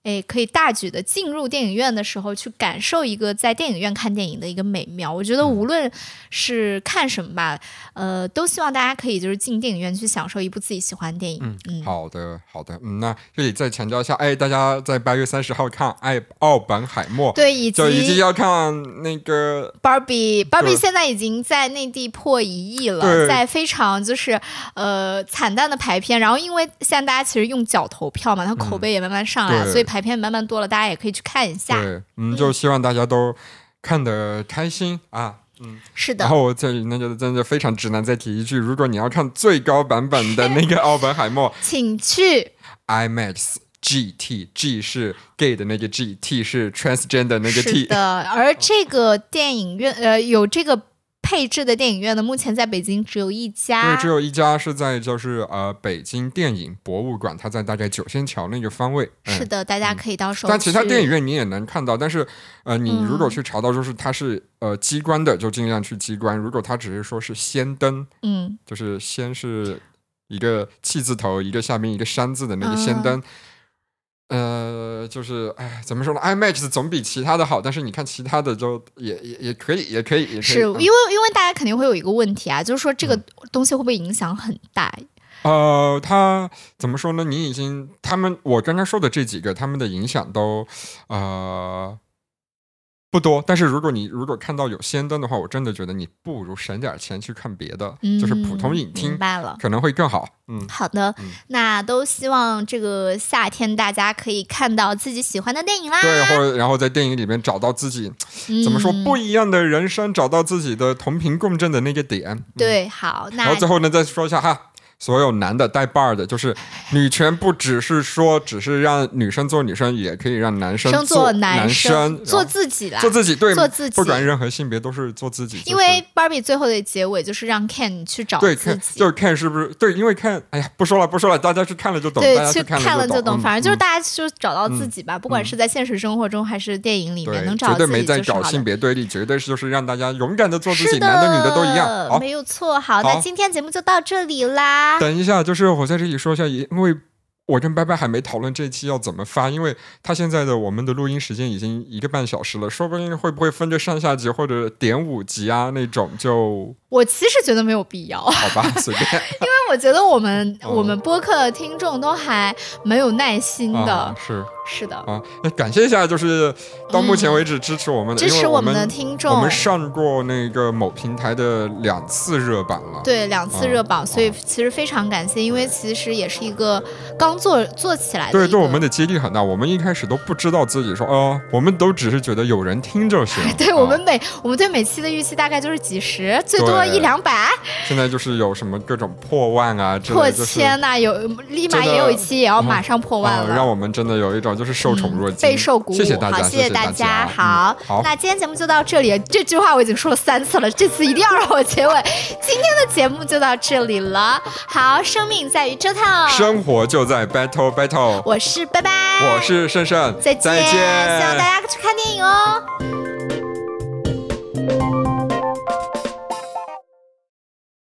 哎，可以大举的进入电影院的时候去感受一个在电影院看电影的一个美妙。我觉得无论是看什么吧，呃，都希望大家可以就是进电影院去享受一部自己喜欢的电影。 嗯， 嗯好的好的，嗯，那这里再强调一下，哎，大家在八月三十号看《爱奥本海默》， 对，以及就以及要看那个 Barbie，Barbie 现在已经在内地破一亿了，在非常就是呃惨淡的排片，然后因为现在大家其实用脚投票嘛，它口碑也慢慢上来、嗯、所以排片慢慢多了，大家也可以去看一下。 对，嗯，就希望大家都看得开心、嗯、啊。嗯， 是的。 然后我这里那就真的非常直男再提一句，如果你要看最高版本的那个奥本海默请去 IMAX G T， G 是 gay 的那个 G， T 是 transgender 那个 T。 是的，而这个电影院呃有这个配置的电影院呢，目前在北京只有一家。 对，只有一家是在就是呃北京电影博物馆，它在大概九仙桥那个方位。 是的、嗯、大家可以到时候、 嗯、但其他电影院你也能看到，但是呃你如果去查到就是它是、嗯、呃机关的，就尽量去机关。如果它只是说是仙灯， 嗯， 就是仙是一个气字头，一个下面一个山字的那个仙灯。嗯呃，就是哎，怎么说呢 ？IMAX 总比其他的好，但是你看其他的就也也也可以，也可以，也可以。 是、嗯、因为因为大家肯定会有一个问题啊，就是说这个东西会不会影响很大？ 嗯、呃，他怎么说呢？你已经他们我刚刚说的这几个，他们的影响都呃不多。但是如果你如果看到有仙灯的话，我真的觉得你不如省点钱去看别的，嗯、就是普通影厅， 明白了， 可能会更好。嗯， 好的、嗯，那都希望这个夏天大家可以看到自己喜欢的电影啦。 对，或者然后在电影里面找到自己、嗯、怎么说不一样的人生，找到自己的同频共振的那个点。嗯、 对，好，那然后最后呢，再说一下哈。所有男的带 bar 的，就是女权不只是说只是让女生做女生，也可以让男生做男生， 做自己啦， 做自己，对， 做自己， 不管任何性别都是做自己。就是、 因为 Barbie 最后的结尾就是让 Ken 去找自己， 对，就是 Ken 是不是？对，因为 Ken， 哎呀，不说了不说了，大家去看了就懂， 对， 大家去看了就懂， 就懂。 嗯、 反正就是大家就找到自己吧， 嗯、 不管是在现实生活中还是电影里面，能找到自己绝对没在搞性别对立，绝对是就是让大家勇敢的做自己，男的女的都一样，好， 没有错。好，那今天节目就到这里啦。 等一下，就是我在这里说一下，因为我跟拜拜还没讨论这一期要怎么发，因为他现在的我们的录音时间已经一个半小时了，说不定会不会分着上下集或者点五集啊那种就。 我其实觉得没有必要， 好吧，随便。 因为我觉得我们、嗯、我们播客的听众都还蛮有耐心的， 啊、是是的啊，那感谢一下，就是到目前为止支持我们的、嗯、 支持我们的听众， 我们上过那个某平台的两次热榜了， 对，两次热榜、 啊， 所以其实非常感谢，因为其实也是一个刚做做起来的， 对，对我们的激励很大。我们一开始都不知道自己说哦，我们都只是觉得有人听就行。 对、啊、我们每我们对每期的预期大概就是几十，最多一两百。 现在就是有什么各种破万啊之类， 破千呐、啊，有立马也有一期也要马上破万了， 嗯、让我们真的有一种就是受宠若惊，嗯、 备受鼓舞。 谢谢大家， 好，谢谢大家。 嗯、 好， 好， 那今天节目就到这里。这句话我已经说了三次了，这次一定要让我结尾。今天的节目就到这里了。好，生命在于折腾， 生活就在 battle battle。 我是拜拜， 我是胜胜， 再见， 再见， 希望大家去看电影哦。